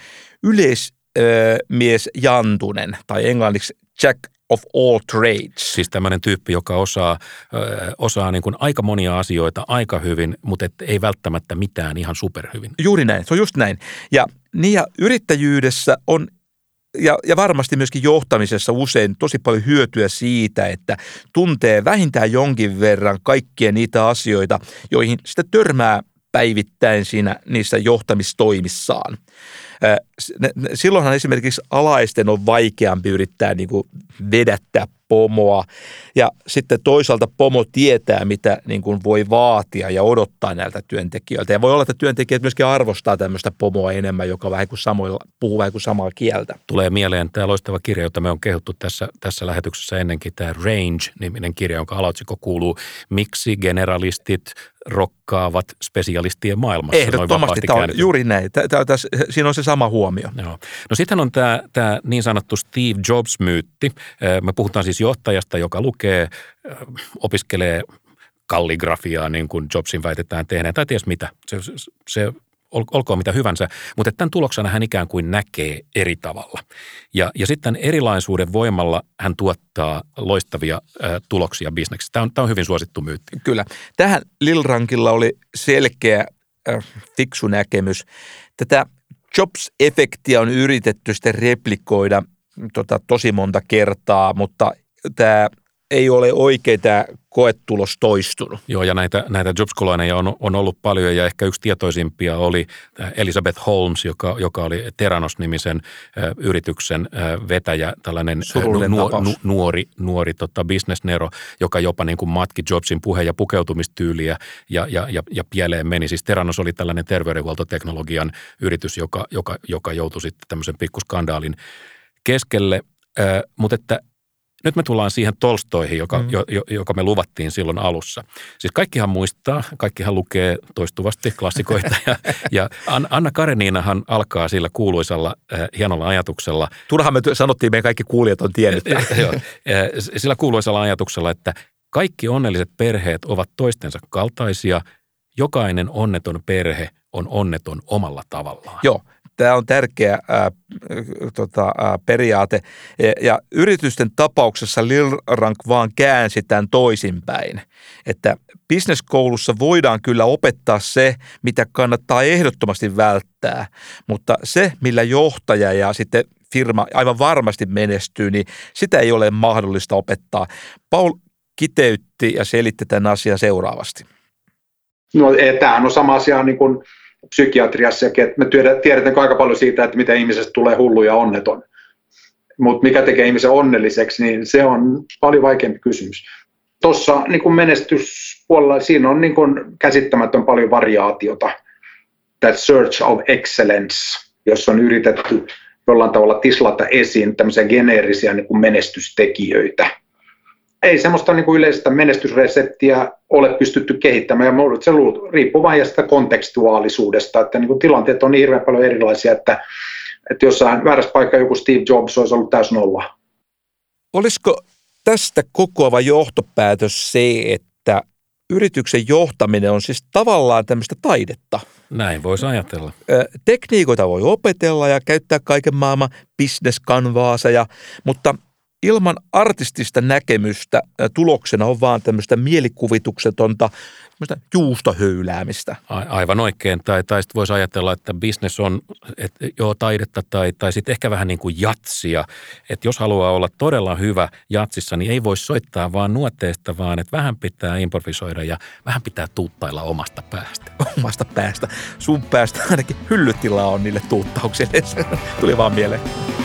yleismiesjantunen tai englanniksi jack of all trades. Siis tämmöinen tyyppi, joka osaa, ö, osaa niin kuin aika monia asioita aika hyvin, mutta et ei välttämättä mitään ihan superhyvin. Juuri näin, se on just näin. Ja, niin ja yrittäjyydessä on, ja, ja varmasti myöskin johtamisessa usein tosi paljon hyötyä siitä, että tuntee vähintään jonkin verran kaikkia niitä asioita, joihin sitä törmää päivittäin siinä niissä johtamistoimissaan. Silloinhan esimerkiksi alaisten on vaikeampi yrittää niin kuin vedättää pomoa ja sitten toisaalta pomo tietää, mitä niin kuin voi vaatia ja odottaa näiltä työntekijöiltä. Ja voi olla, että työntekijät myöskin arvostaa tämmöistä pomoa enemmän, joka vähän kuin samoilla, puhuu vähän kuin samaa kieltä. Tulee mieleen tämä loistava kirja, jota me on kehuttu tässä, tässä lähetyksessä ennenkin, tämä Range-niminen kirja, jonka alaotsikko kuuluu Miksi generalistit rokkaavat spesialistien maailmassa. Ehdottomasti, tämä on juuri näin. Tää, tää, tää, siinä on se sama huomio. Joo. No sitten on tämä, tämä niin sanottu Steve Jobs-myytti. Me puhutaan siis johtajasta, joka lukee, opiskelee kalligrafiaa, niin kuin Jobsin väitetään tehneen, tai ties mitä. Se, se, se olkoon mitä hyvänsä, mutta tämän tuloksena hän ikään kuin näkee eri tavalla. Ja, ja sitten erilaisuuden voimalla hän tuottaa loistavia ä, tuloksia bisneksessä. Tämä on, tämä on hyvin suosittu myytti. Kyllä. Tähän Lilrankilla oli selkeä äh, fiksu näkemys. Tätä Jobs-efektiä on yritetty sitten replikoida tota, tosi monta kertaa, mutta tämä ei ole oikein tämä koetulos toistunut. Joo, ja näitä, näitä Jobs-kolooneja on, on ollut paljon, ja ehkä yksi tietoisimpia oli Elizabeth Holmes, joka, joka oli Theranos-nimisen ä, yrityksen ä, vetäjä, tällainen nu, nu, nuori, nuori tota, business-nero, joka jopa niin kuin matki Jobsin puhe- ja pukeutumistyyliä ja, ja, ja, ja pieleen meni. Siis Theranos oli tällainen terveydenhuoltoteknologian yritys, joka, joka, joka joutui sitten tämmöisen pikkuskandaalin keskelle, ä, mutta että nyt me tullaan siihen Tolstoihin, joka, mm. jo, joka me luvattiin silloin alussa. Siis kaikkihan muistaa, kaikkihan lukee toistuvasti klassikoita ja, ja Anna Kareninahan alkaa sillä kuuluisalla äh, hienolla ajatuksella. Turhaan me sanottiin, meidän kaikki kuulijat on tiennyt. Joo, äh, sillä kuuluisalla ajatuksella, että kaikki onnelliset perheet ovat toistensa kaltaisia, jokainen onneton perhe on onneton omalla tavallaan. Joo. Tämä on tärkeä ää, tota, ää, periaate ja, ja yritysten tapauksessa Lilrank vaan käänsi tämän toisinpäin, että businesskoulussa voidaan kyllä opettaa se, mitä kannattaa ehdottomasti välttää, mutta se, millä johtaja ja sitten firma aivan varmasti menestyy, niin sitä ei ole mahdollista opettaa. Paul kiteytti ja selitti tämän asian seuraavasti. No, tämähän on sama asia niin kuin psykiatriassakin, että me tiedetään aika paljon siitä, että miten ihmisestä tulee hullu ja onneton. Mutta mikä tekee ihmisen onnelliseksi, niin se on paljon vaikeampi kysymys. Tuossa niin menestyspuolella siinä on niin kuin käsittämätön paljon variaatiota. That search of excellence, jossa on yritetty jollain tavalla tislata esiin tämmöisiä geneerisiä niin kuin menestystekijöitä. Ei semmoista niin kuin yleistä menestysreseptiä ole pystytty kehittämään, ja se riippuu vain sitä kontekstuaalisuudesta, että niin kuin tilanteet on niin hirveän paljon erilaisia, että, että jossain väärässä paikassa joku Steve Jobs olisi ollut täys nolla. Olisiko tästä kokoava johtopäätös se, että yrityksen johtaminen on siis tavallaan tämmöistä taidetta? Näin voisi ajatella. Tekniikoita voi opetella ja käyttää kaiken maailman business-kanvaaseja, mutta ilman artistista näkemystä tuloksena on vaan tämmöistä mielikuvituksetonta juustohöyläämistä. Aivan oikein. Tai, tai sitten voisi ajatella, että business on et, joo, taidetta tai, tai sitten ehkä vähän niin kuin jatsia. Että jos haluaa olla todella hyvä jatsissa, niin ei voi soittaa vaan nuotteesta, vaan että vähän pitää improvisoida ja vähän pitää tuuttailla omasta päästä. Omasta päästä. Sun päästä ainakin hyllytilaa on niille tuuttauksille. Se tuli vaan mieleen.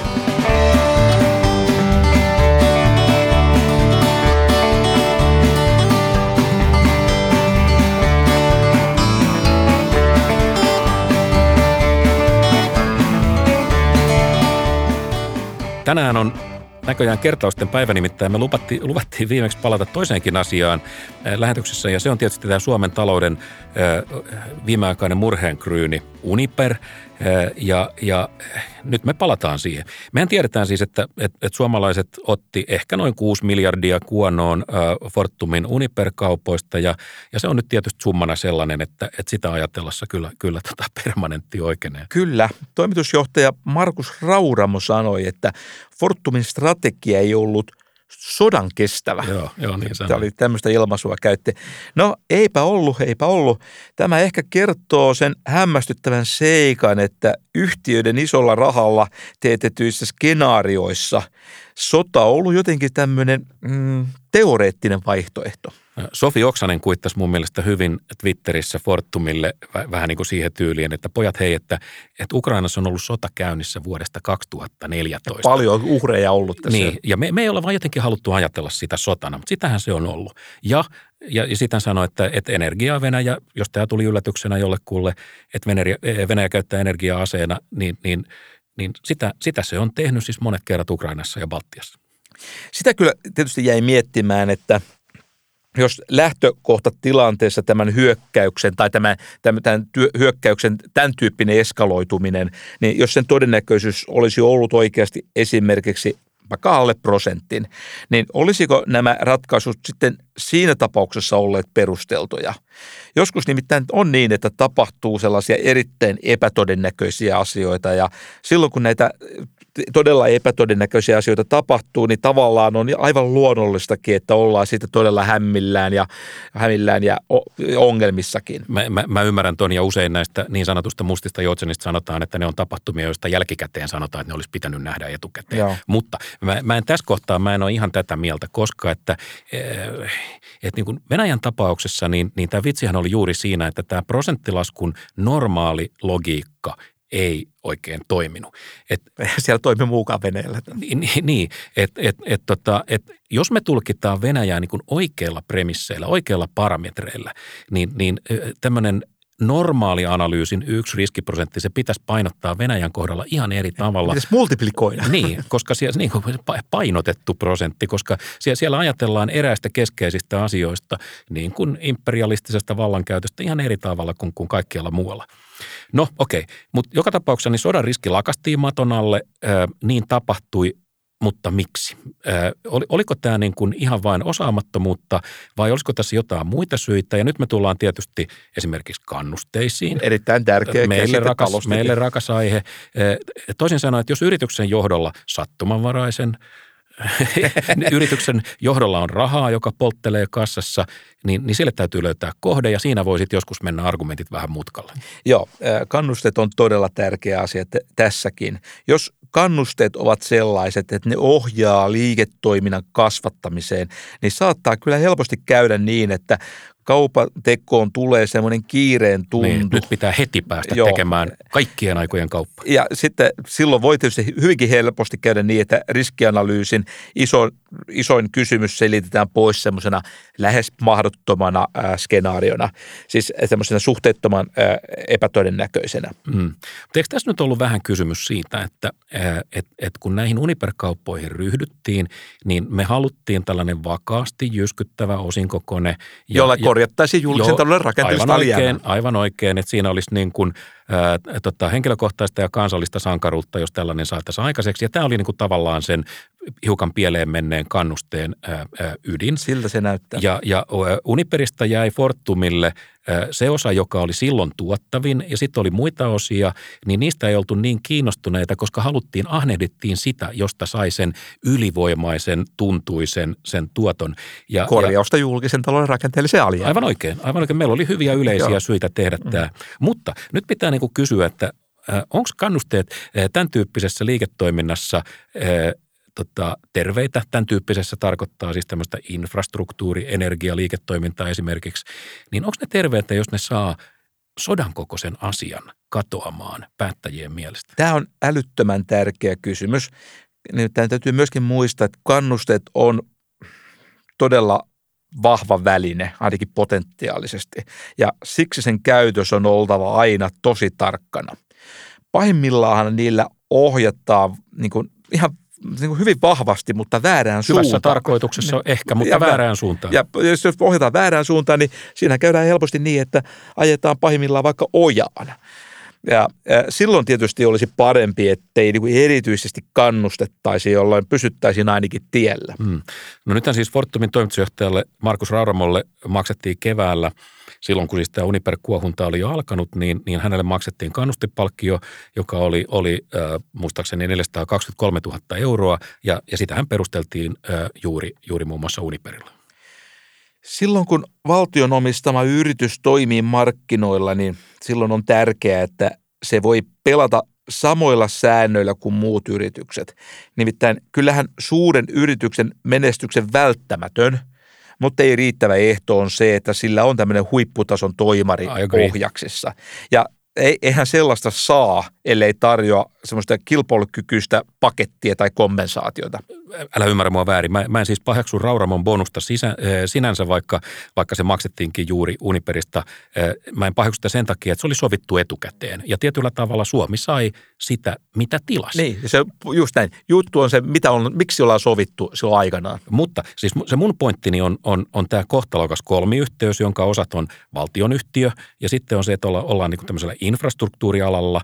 Tänään on näköjään kertausten päivä, nimittäin me luvattiin, luvattiin viimeksi palata toiseenkin asiaan lähetyksessä, ja se on tietysti tämä Suomen talouden viimeaikainen murheenkryyni Uniper, ja, ja nyt me palataan siihen. Mehän tiedetään siis, että, että, että suomalaiset otti ehkä noin kuusi miljardia kuonoon Fortumin Uniper-kaupoista, ja, ja se on nyt tietysti summana sellainen, että, että sitä ajatellessa kyllä, kyllä tota permanentti oikeenee. Kyllä. Toimitusjohtaja Markus Rauramo sanoi, että Fortumin strategia ei ollut sodan kestävä. Joo, joo niin sanoi. Tämä oli tämmöistä ilmaisua käytti. No eipä ollut, eipä ollut. Tämä ehkä kertoo sen hämmästyttävän seikan, että yhtiöiden isolla rahalla teetetyissä skenaarioissa sota on ollut jotenkin tämmöinen mm, teoreettinen vaihtoehto. Sofi Oksanen kuittasi mun mielestä hyvin Twitterissä Fortumille vähän niin kuin siihen tyyliin, että pojat hei, että, että Ukrainassa on ollut sota käynnissä vuodesta kaksituhattaneljätoista. Paljon uhreja ollut tässä. Niin, ja me, me ei olla vaan jotenkin haluttu ajatella sitä sotana, mutta sitähän se on ollut. Ja, ja, ja sitten sanoi, että, että energiaa Venäjä, jos tämä tuli yllätyksenä jollekulle, että Venäjä, Venäjä käyttää energiaa aseena, niin, niin, niin sitä, sitä se on tehnyt siis monet kerrat Ukrainassa ja Baltiassa. Sitä kyllä tietysti jäi miettimään, että jos lähtökohtatilanteessa tämän hyökkäyksen tai tämän, tämän työ, hyökkäyksen tämän tyyppinen eskaloituminen, niin jos sen todennäköisyys olisi ollut oikeasti esimerkiksi vaikka alle prosentin, niin olisiko nämä ratkaisut sitten siinä tapauksessa olleet perusteltuja? Joskus nimittäin on niin, että tapahtuu sellaisia erittäin epätodennäköisiä asioita ja silloin kun näitä todella epätodennäköisiä asioita tapahtuu, niin tavallaan on aivan luonnollistakin, että ollaan siitä todella hämmillään ja, hämmillään ja ongelmissakin. Mä, mä, mä ymmärrän ton ja usein näistä niin sanotusta mustista joutsenista sanotaan, että ne on tapahtumia, joista jälkikäteen sanotaan, että ne olisi pitänyt nähdä etukäteen. Joo. Mutta mä, mä en tässä kohtaa, mä en ole ihan tätä mieltä, koska että, että niin kuin Venäjän tapauksessa, niin, niin tämä vitsihän oli juuri siinä, että tämä prosenttilaskun normaali logiikka ei oikein toiminut. Et, Siellä toimi muukaan Venäjällä. Niin, niin että et, et, tota, et, jos me tulkitaan Venäjää niin kuin oikeilla premisseillä, oikeilla parametreillä, niin, niin tämmöinen normaali analyysin yksi riskiprosentti, se pitäisi painottaa Venäjän kohdalla ihan eri tavalla. Pitäisi multiplikoida. Niin, koska siellä niin kuin painotettu prosentti, koska siellä ajatellaan eräistä keskeisistä asioista, niin kuin imperialistisesta vallankäytöstä ihan eri tavalla kuin, kuin kaikkialla muualla. No okei, okay. Mutta joka tapauksessa niin sodan riski lakastiin maton alle, äh, niin tapahtui, mutta miksi? Äh, oli, oliko tämä niin kuin ihan vain osaamattomuutta vai olisiko tässä jotain muita syitä? Ja nyt me tullaan tietysti esimerkiksi kannusteisiin. Erittäin tärkeä meille rakas, meille rakas aihe. Äh, toisin sanoen, että jos yrityksen johdolla sattumanvaraisen yrityksen johdolla on rahaa, joka polttelee kassassa, niin, niin sille täytyy löytää kohde ja siinä voi sitten joskus mennä argumentit vähän mutkalle. Joo, kannusteet on todella tärkeä asia tässäkin. Jos kannusteet ovat sellaiset, että ne ohjaa liiketoiminnan kasvattamiseen, niin saattaa kyllä helposti käydä niin, että kaupan tekoon tulee semmoinen kiireen tuntu. Niin, nyt pitää heti päästä Joo. tekemään kaikkien aikojen kauppaa. Ja sitten silloin voi tietysti hyvinkin helposti käydä niin, että riskianalyysin iso, isoin kysymys selitetään pois semmoisena lähes mahdottomana äh, skenaariona, siis semmoisena suhteettoman äh, epätodennäköisenä. Mm. Mutta eikö tässä nyt ollut vähän kysymys siitä, että äh, et, et kun näihin Uniper-kauppoihin ryhdyttiin, niin me haluttiin tällainen vakaasti jyskyttävä osinkokone, jolla korjattaisiin julkisen talouden rakenteellista alijäämää. Aivan oikein, että siinä olisi niin kuin, ää, tota, henkilökohtaista ja kansallista sankaruutta, jos tällainen saataisiin aikaiseksi. Ja tämä oli niin kuin tavallaan sen hiukan pieleen menneen kannusteen ää, ää, ydin. Siltä se näyttää. Ja, ja Uniperista jäi Fortumille ää, se osa, joka oli silloin tuottavin ja sitten oli muita osia, niin niistä ei oltu niin kiinnostuneita, koska haluttiin, ahnehdittiin sitä, josta sai sen ylivoimaisen, tuntuisen sen tuoton. Ja, Korjausta ja, julkisen talouden rakenteelliseen alijäämään. Aivan oikein, aivan oikein. Meillä oli hyviä yleisiä Joo. syitä tehdä mm. tämä. Mutta nyt pitää niin kuin kysyä, että äh, onko kannusteet äh, tämän tyyppisessä liiketoiminnassa äh, tota, terveitä? Tämän tyyppisessä tarkoittaa siis tämmöistä infrastruktuuri-, energialiiketoimintaa esimerkiksi. Niin onko ne terveitä, jos ne saa sodan kokoisen asian katoamaan päättäjien mielestä? Tämä on älyttömän tärkeä kysymys. Nimittäin täytyy myöskin muistaa, että kannusteet on todella vahva väline, ainakin potentiaalisesti, ja siksi sen käytös on oltava aina tosi tarkkana. Pahimmillaan niillä ohjataan niin kuin, ihan niin kuin hyvin vahvasti, mutta väärään Hyvässä suuntaan. Hyvässä tarkoituksessa ehkä, mutta ja väärään suuntaan. Ja jos ohjataan väärään suuntaan, niin siinä käydään helposti niin, että ajetaan pahimmillaan vaikka ojaan. Ja silloin tietysti olisi parempi, ettei niin kuin erityisesti kannustettaisi, jolloin pysyttäisiin ainakin tiellä. Hmm. No nythän siis Fortumin toimitusjohtajalle Markus Rauramolle maksettiin keväällä, silloin kun siis tämä Uniper-kuohunta oli jo alkanut, niin, niin hänelle maksettiin kannustepalkkio, joka oli, oli äh, muistaakseni neljäsataakaksikymmentäkolmetuhatta euroa, ja, ja sitä hän perusteltiin äh, juuri, juuri muun muassa Uniperilla. Silloin kun valtion omistama yritys toimii markkinoilla, niin silloin on tärkeää, että se voi pelata samoilla säännöillä kuin muut yritykset. Nimittäin kyllähän suuren yrityksen menestyksen välttämätön, mutta ei riittävä ehto on se, että sillä on tämmöinen huipputason toimari ohjaksissa. Ja eihän sellaista saa, ellei tarjoa semmoista kilpailukykyistä pakettia tai kompensaatiota. Älä ymmärrä mua väärin. Mä, mä en siis paheksu Rauramon bonusta sisä, sinänsä, vaikka, vaikka se maksettiinkin juuri Uniperista. Mä en paheksu sitä sen takia, että se oli sovittu etukäteen. Ja tietyllä tavalla Suomi sai sitä, mitä tilasi. Niin, se, just näin. Juttu on se, mitä on, miksi ollaan sovittu silloin aikanaan. Mutta siis se mun pointtini on, on, on tämä kohtalokas kolmiyhteys, jonka osat on valtionyhtiö. Ja sitten on se, että olla, ollaan niin kuin tämmöisellä infrastruktuurialalla,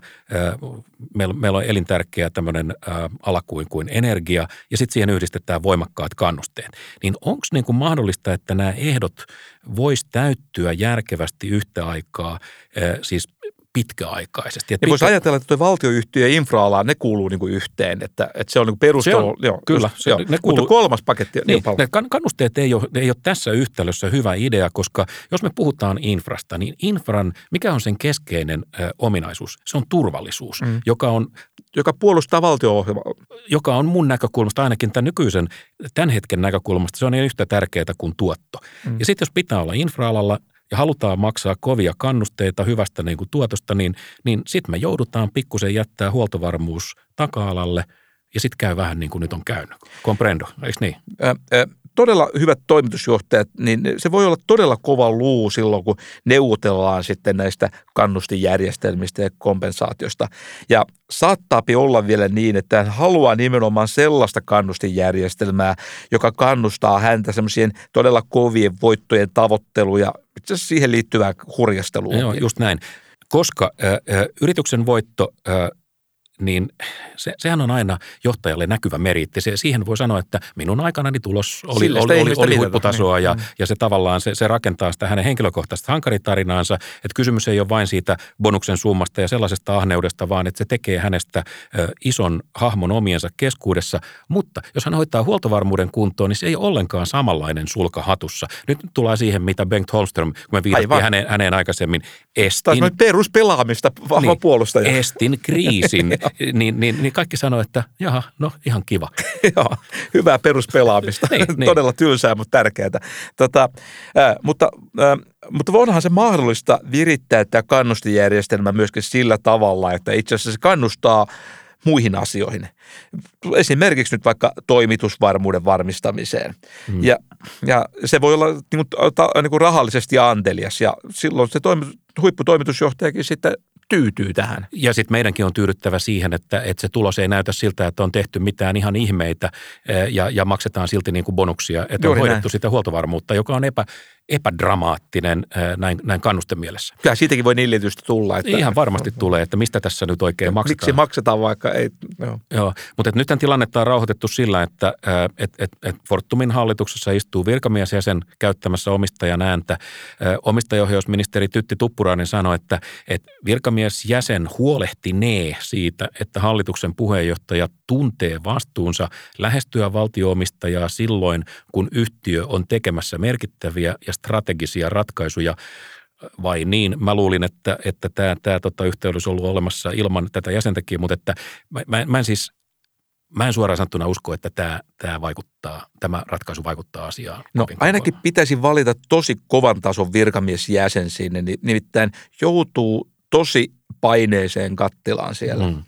meillä, meillä on elintärkeä tämmöinen ala kuin, kuin energia ja sitten siihen yhdistetään voimakkaat kannusteet. Niin onko niin kuin mahdollista, että nämä ehdot vois täyttyä järkevästi yhtä aikaa, siis pitkäaikaisesti? Ja pitkä... voisi ajatella, että tuo valtioyhtiö ja infra-ala, ne kuuluu niin kuin yhteen, että, että se on niin kuin perustelu. Joo, kyllä. Se, joo. Ne kuuluu... Mutta kolmas paketti on niin, ne kannusteet ei ole, ei ole tässä yhtälössä hyvä idea, koska jos me puhutaan infrasta, niin infran, mikä on sen keskeinen ö, ominaisuus? Se on turvallisuus, mm. joka on... Joka puolustaa valtio-ohjelmaa. Joka on mun näkökulmasta, ainakin tämän nykyisen, tämän hetken näkökulmasta, se on niin yhtä tärkeää kuin tuotto. Mm. Ja sitten jos pitää olla infra-alalla, ja halutaan maksaa kovia kannusteita hyvästä niin kuin tuotosta, niin, niin sitten me joudutaan pikkusen jättää huoltovarmuus taka-alalle ja sitten käy vähän niin kuin nyt on käynyt. Comprendo, eikö niin? Ä, ä, todella hyvät toimitusjohtajat, niin se voi olla todella kova luu silloin, kun neuvotellaan sitten näistä kannustinjärjestelmistä ja kompensaatiosta. Ja saattaapi olla vielä niin, että hän haluaa nimenomaan sellaista kannustinjärjestelmää, joka kannustaa häntä semmoisien todella kovien voittojen tavoitteluun ja itse asiassa siihen liittyvää hurjasteluun. Joo, just näin. Koska ä, ä, yrityksen voitto... Ä, niin se, sehän on aina johtajalle näkyvä meriitti. Se, siihen voi sanoa, että minun aikanani tulos oli, oli, oli, oli huipputasoa ja, mm. ja se tavallaan se, se rakentaa sitä hänen henkilökohtaista hankaritarinaansa. Että kysymys ei ole vain siitä bonuksen summasta ja sellaisesta ahneudesta, vaan että se tekee hänestä ö, ison hahmon omiensa keskuudessa. Mutta jos hän hoitaa huoltovarmuuden kuntoon, niin se ei ole ollenkaan samanlainen sulka hatussa. Nyt tulee siihen, mitä Bengt Holmström, kun me viitattiin häneen, häneen aikaisemmin, estin... Taas peruspelaamista vahva niin, puolustaja. Estin kriisin. Niin, niin, niin kaikki sanoo, että jaha, no ihan kiva. Joo, hyvää peruspelaamista. niin, niin. Todella tylsää, mutta tärkeää. Tota, äh, mutta, äh, mutta onhan se mahdollista virittää tämä kannustinjärjestelmä myöskin sillä tavalla, että itse asiassa se kannustaa muihin asioihin. Esimerkiksi nyt vaikka toimitusvarmuuden varmistamiseen. Hmm. Ja, ja se voi olla niin kuin, ta, niin kuin rahallisesti antelias ja silloin se toimi, huipputoimitusjohtajakin sitten tyytyy tähän. Ja sitten meidänkin on tyydyttävä siihen, että, että se tulos ei näytä siltä, että on tehty mitään ihan ihmeitä ja, ja maksetaan silti niin kuin bonuksia, että Juuri on hoidettu näin. Sitä huoltovarmuutta, joka on epä, epädramaattinen näin, näin kannustemielessä. Kyllä siitäkin voi nillitystä tulla. Että ihan varmasti tulee, että mistä tässä nyt oikein maksetaan. Miksi maksetaan vaikka ei. Joo, joo mutta nyt tilannetta on rauhoitettu sillä, että et, et, et Fortumin hallituksessa istuu virkamiesjäsen käyttämässä omistajan ääntä. Omistajaohjausministeri Tytti Tuppurainen sanoi, että et virkamiesjäsen huolehtinee siitä, että hallituksen puheenjohtaja tuntee vastuunsa lähestyä valtio-omistajaa silloin, kun yhtiö on tekemässä merkittäviä ja strategisia ratkaisuja. Vai niin? Mä luulin, että, että tämä, tämä tota, yhtiö olisi ollut olemassa ilman tätä jäsentäkin, mutta että mä, mä, mä en siis, mä en suoraan sanottuna usko, että tämä, tämä vaikuttaa, tämä ratkaisu vaikuttaa asiaan. No ainakin pitäisi valita tosi kovan tason virkamiesjäsen sinne, nimittäin joutuu tosi paineeseen kattilaan siellä. Mm.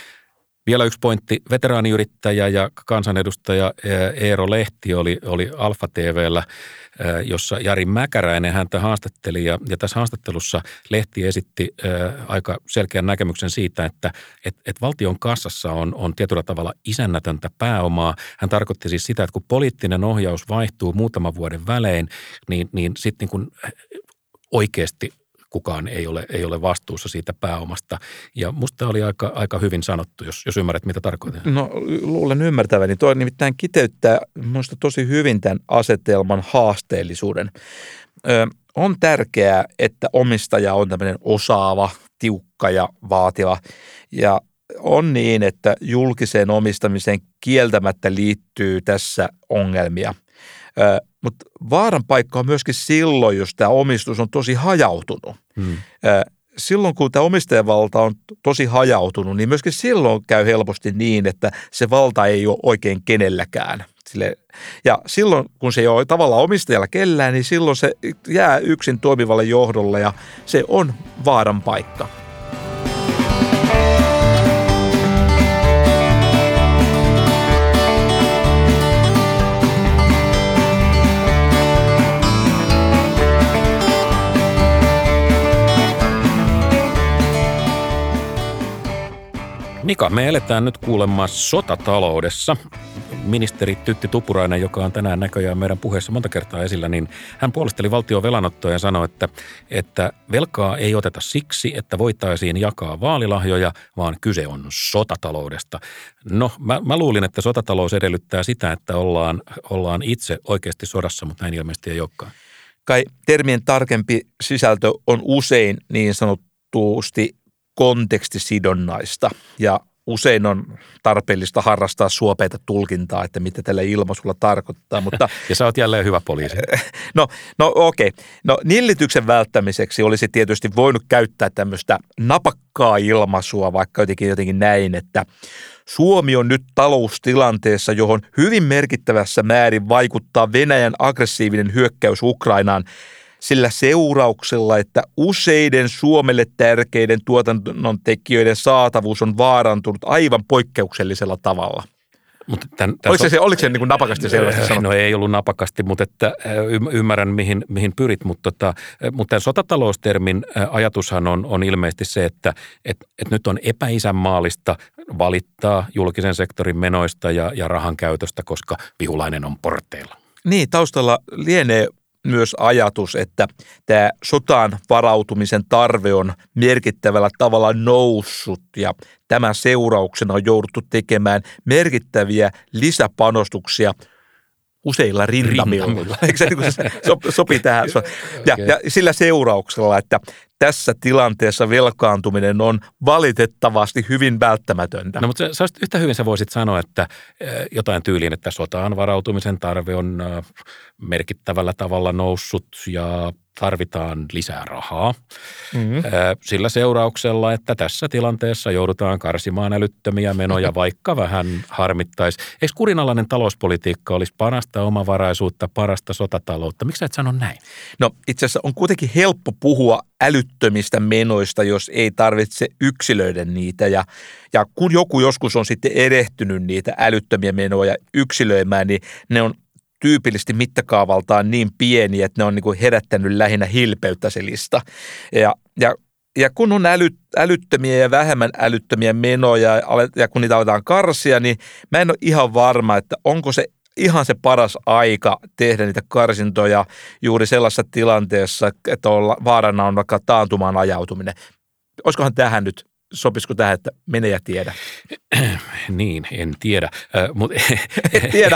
Vielä yksi pointti. Veteraaniyrittäjä ja kansanedustaja Eero Lehti oli, oli Alfa T V:llä, jossa Jari Mäkäräinen häntä haastatteli. Ja, ja tässä haastattelussa Lehti esitti ää, aika selkeän näkemyksen siitä, että et, et valtion kassassa on, on tietyllä tavalla isännätöntä pääomaa. Hän tarkoitti siis sitä, että kun poliittinen ohjaus vaihtuu muutaman vuoden välein, niin, niin sitten niin kuin oikeasti kukaan ei ole, ei ole vastuussa siitä pääomasta. Ja musta oli aika, aika hyvin sanottu, jos, jos ymmärrät, mitä tarkoitan. No luulen ymmärtäväni. Tuo nimittäin kiteyttää minusta tosi hyvin tämän asetelman haasteellisuuden. Ö, on tärkeää, että omistaja on tämmöinen osaava, tiukka ja vaativa. Ja on niin, että julkiseen omistamiseen kieltämättä liittyy tässä ongelmia. Ö, mutta vaaran paikka on myöskin silloin, jos tämä omistus on tosi hajautunut. Hmm. Ö, silloin, kun tämä omistajavalta on tosi hajautunut, niin myöskin silloin käy helposti niin, että se valta ei ole oikein kenelläkään. Sille, ja silloin, kun se ei ole tavallaan omistajalla kellään, niin silloin se jää yksin toimivalle johdolle ja se on vaaran paikka. Mika, me eletään nyt kuulemma sotataloudessa. ministeri Tytti Tuppurainen, joka on tänään näköjään meidän puheessa monta kertaa esillä, niin hän puolusteli valtion velanottoa ja sanoi, että, että velkaa ei oteta siksi, että voitaisiin jakaa vaalilahjoja, vaan kyse on sotataloudesta. No, mä, mä luulin, että sotatalous edellyttää sitä, että ollaan, ollaan itse oikeasti sodassa, mutta näin ilmeisesti ei olekaan. Kai termien tarkempi sisältö on usein niin sanottuusti kontekstisidonnaista ja usein on tarpeellista harrastaa suopeita tulkintaa, että mitä tällä ilmaisulla tarkoittaa. Mutta, ja sä oot jälleen hyvä poliisi. No, no okei. Okay. No nillityksen välttämiseksi olisi tietysti voinut käyttää tämmöistä napakkaa ilmaisua, vaikka jotenkin, jotenkin näin, että Suomi on nyt taloustilanteessa, johon hyvin merkittävässä määrin vaikuttaa Venäjän aggressiivinen hyökkäys Ukrainaan, sillä seurauksella, että useiden Suomelle tärkeiden tuotannon tekijöiden saatavuus on vaarantunut aivan poikkeuksellisella tavalla. Mutta tämän, oliko se, oliko se niin kuin napakasti selvästi sanottu? No ei ollut napakasti, mutta että ymmärrän mihin, mihin pyrit, mutta, tota, mutta tämän sotataloustermin ajatushan on, on ilmeisesti se, että et, et nyt on epäisänmaallista valittaa julkisen sektorin menoista ja, ja rahan käytöstä, koska vihulainen on porteilla. Niin, taustalla lienee myös ajatus, että tämä sotaan varautumisen tarve on merkittävällä tavalla noussut ja tämän seurauksena on jouduttu tekemään merkittäviä lisäpanostuksia useilla rintamilla. rintamilla. Eikö se, niin se sopii tähän? Ja, okay. ja sillä seurauksella, että tässä tilanteessa velkaantuminen on valitettavasti hyvin välttämätöntä. No mutta sä, sä yhtä hyvin sä voisit sanoa, että jotain tyyliin, että sotaan varautumisen tarve on merkittävällä tavalla noussut ja tarvitaan lisää rahaa. Mm-hmm. Sillä seurauksella, että tässä tilanteessa joudutaan karsimaan älyttömiä menoja, vaikka vähän harmittaisi. Eikö kurinalainen talouspolitiikka olisi parasta omavaraisuutta, parasta sotataloutta? Miksi sä et sano näin? No itse asiassa on kuitenkin helppo puhua älyttömistä menoista, jos ei tarvitse yksilöidä niitä. Ja, ja kun joku joskus on sitten erehtynyt niitä älyttömiä menoja yksilöimään, niin ne on tyypillisesti mittakaavaltaan niin pieni, että ne on niin kuin herättänyt lähinnä hilpeyttä se lista. Ja, ja, ja kun on äly, älyttömiä ja vähemmän älyttömiä menoja ja kun niitä aletaan karsia, niin mä en ole ihan varma, että onko se ihan se paras aika tehdä niitä karsintoja juuri sellaisessa tilanteessa, että olla, vaarana on vaikka taantumaan ajautuminen. Olisikohan tähän nyt, sopisiko tähän, että mene ja tiedä? Niin, en tiedä. Äh, mut, en tiedä.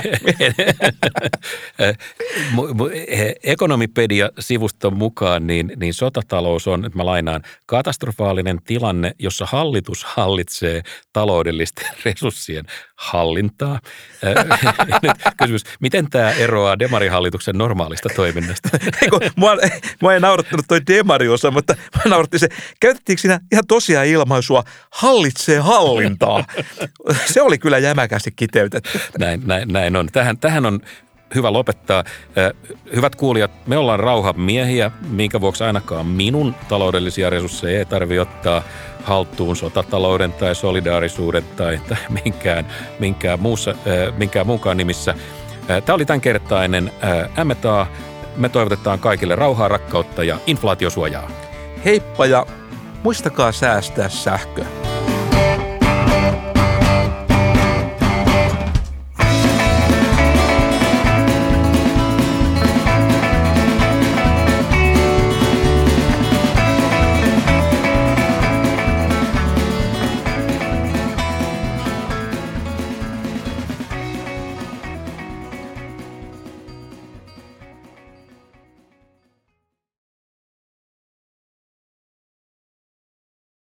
Ekonomipedia-sivuston mukaan niin, niin sotatalous on, että mä lainaan, katastrofaalinen tilanne, jossa hallitus hallitsee taloudellisten resurssien hallintaa. Nyt kysymys, miten tämä eroaa demarihallituksen normaalista toiminnasta? Eiku, mua, mua ei naurattanut toi demariosa, mutta mua nauratti se, käytettiinkö siinä ihan tosiaan ilmaisua hallitsee hallintaa? Se oli kyllä jämäkästi kiteytetty. Näin, näin, näin on. Tähän, tähän on hyvä lopettaa. Hyvät kuulijat, me ollaan rauhan miehiä, minkä vuoksi ainakaan minun taloudellisia resursseja ei tarvitse ottaa haltuun sotatalouden tai solidaarisuuden tai, tai minkään, minkään, muussa, minkään muunkaan nimissä. Tämä oli tämänkertainen M et A. Me toivotetaan kaikille rauhaa, rakkautta ja inflaatiosuojaa. Heippa ja muistakaa säästää sähköä.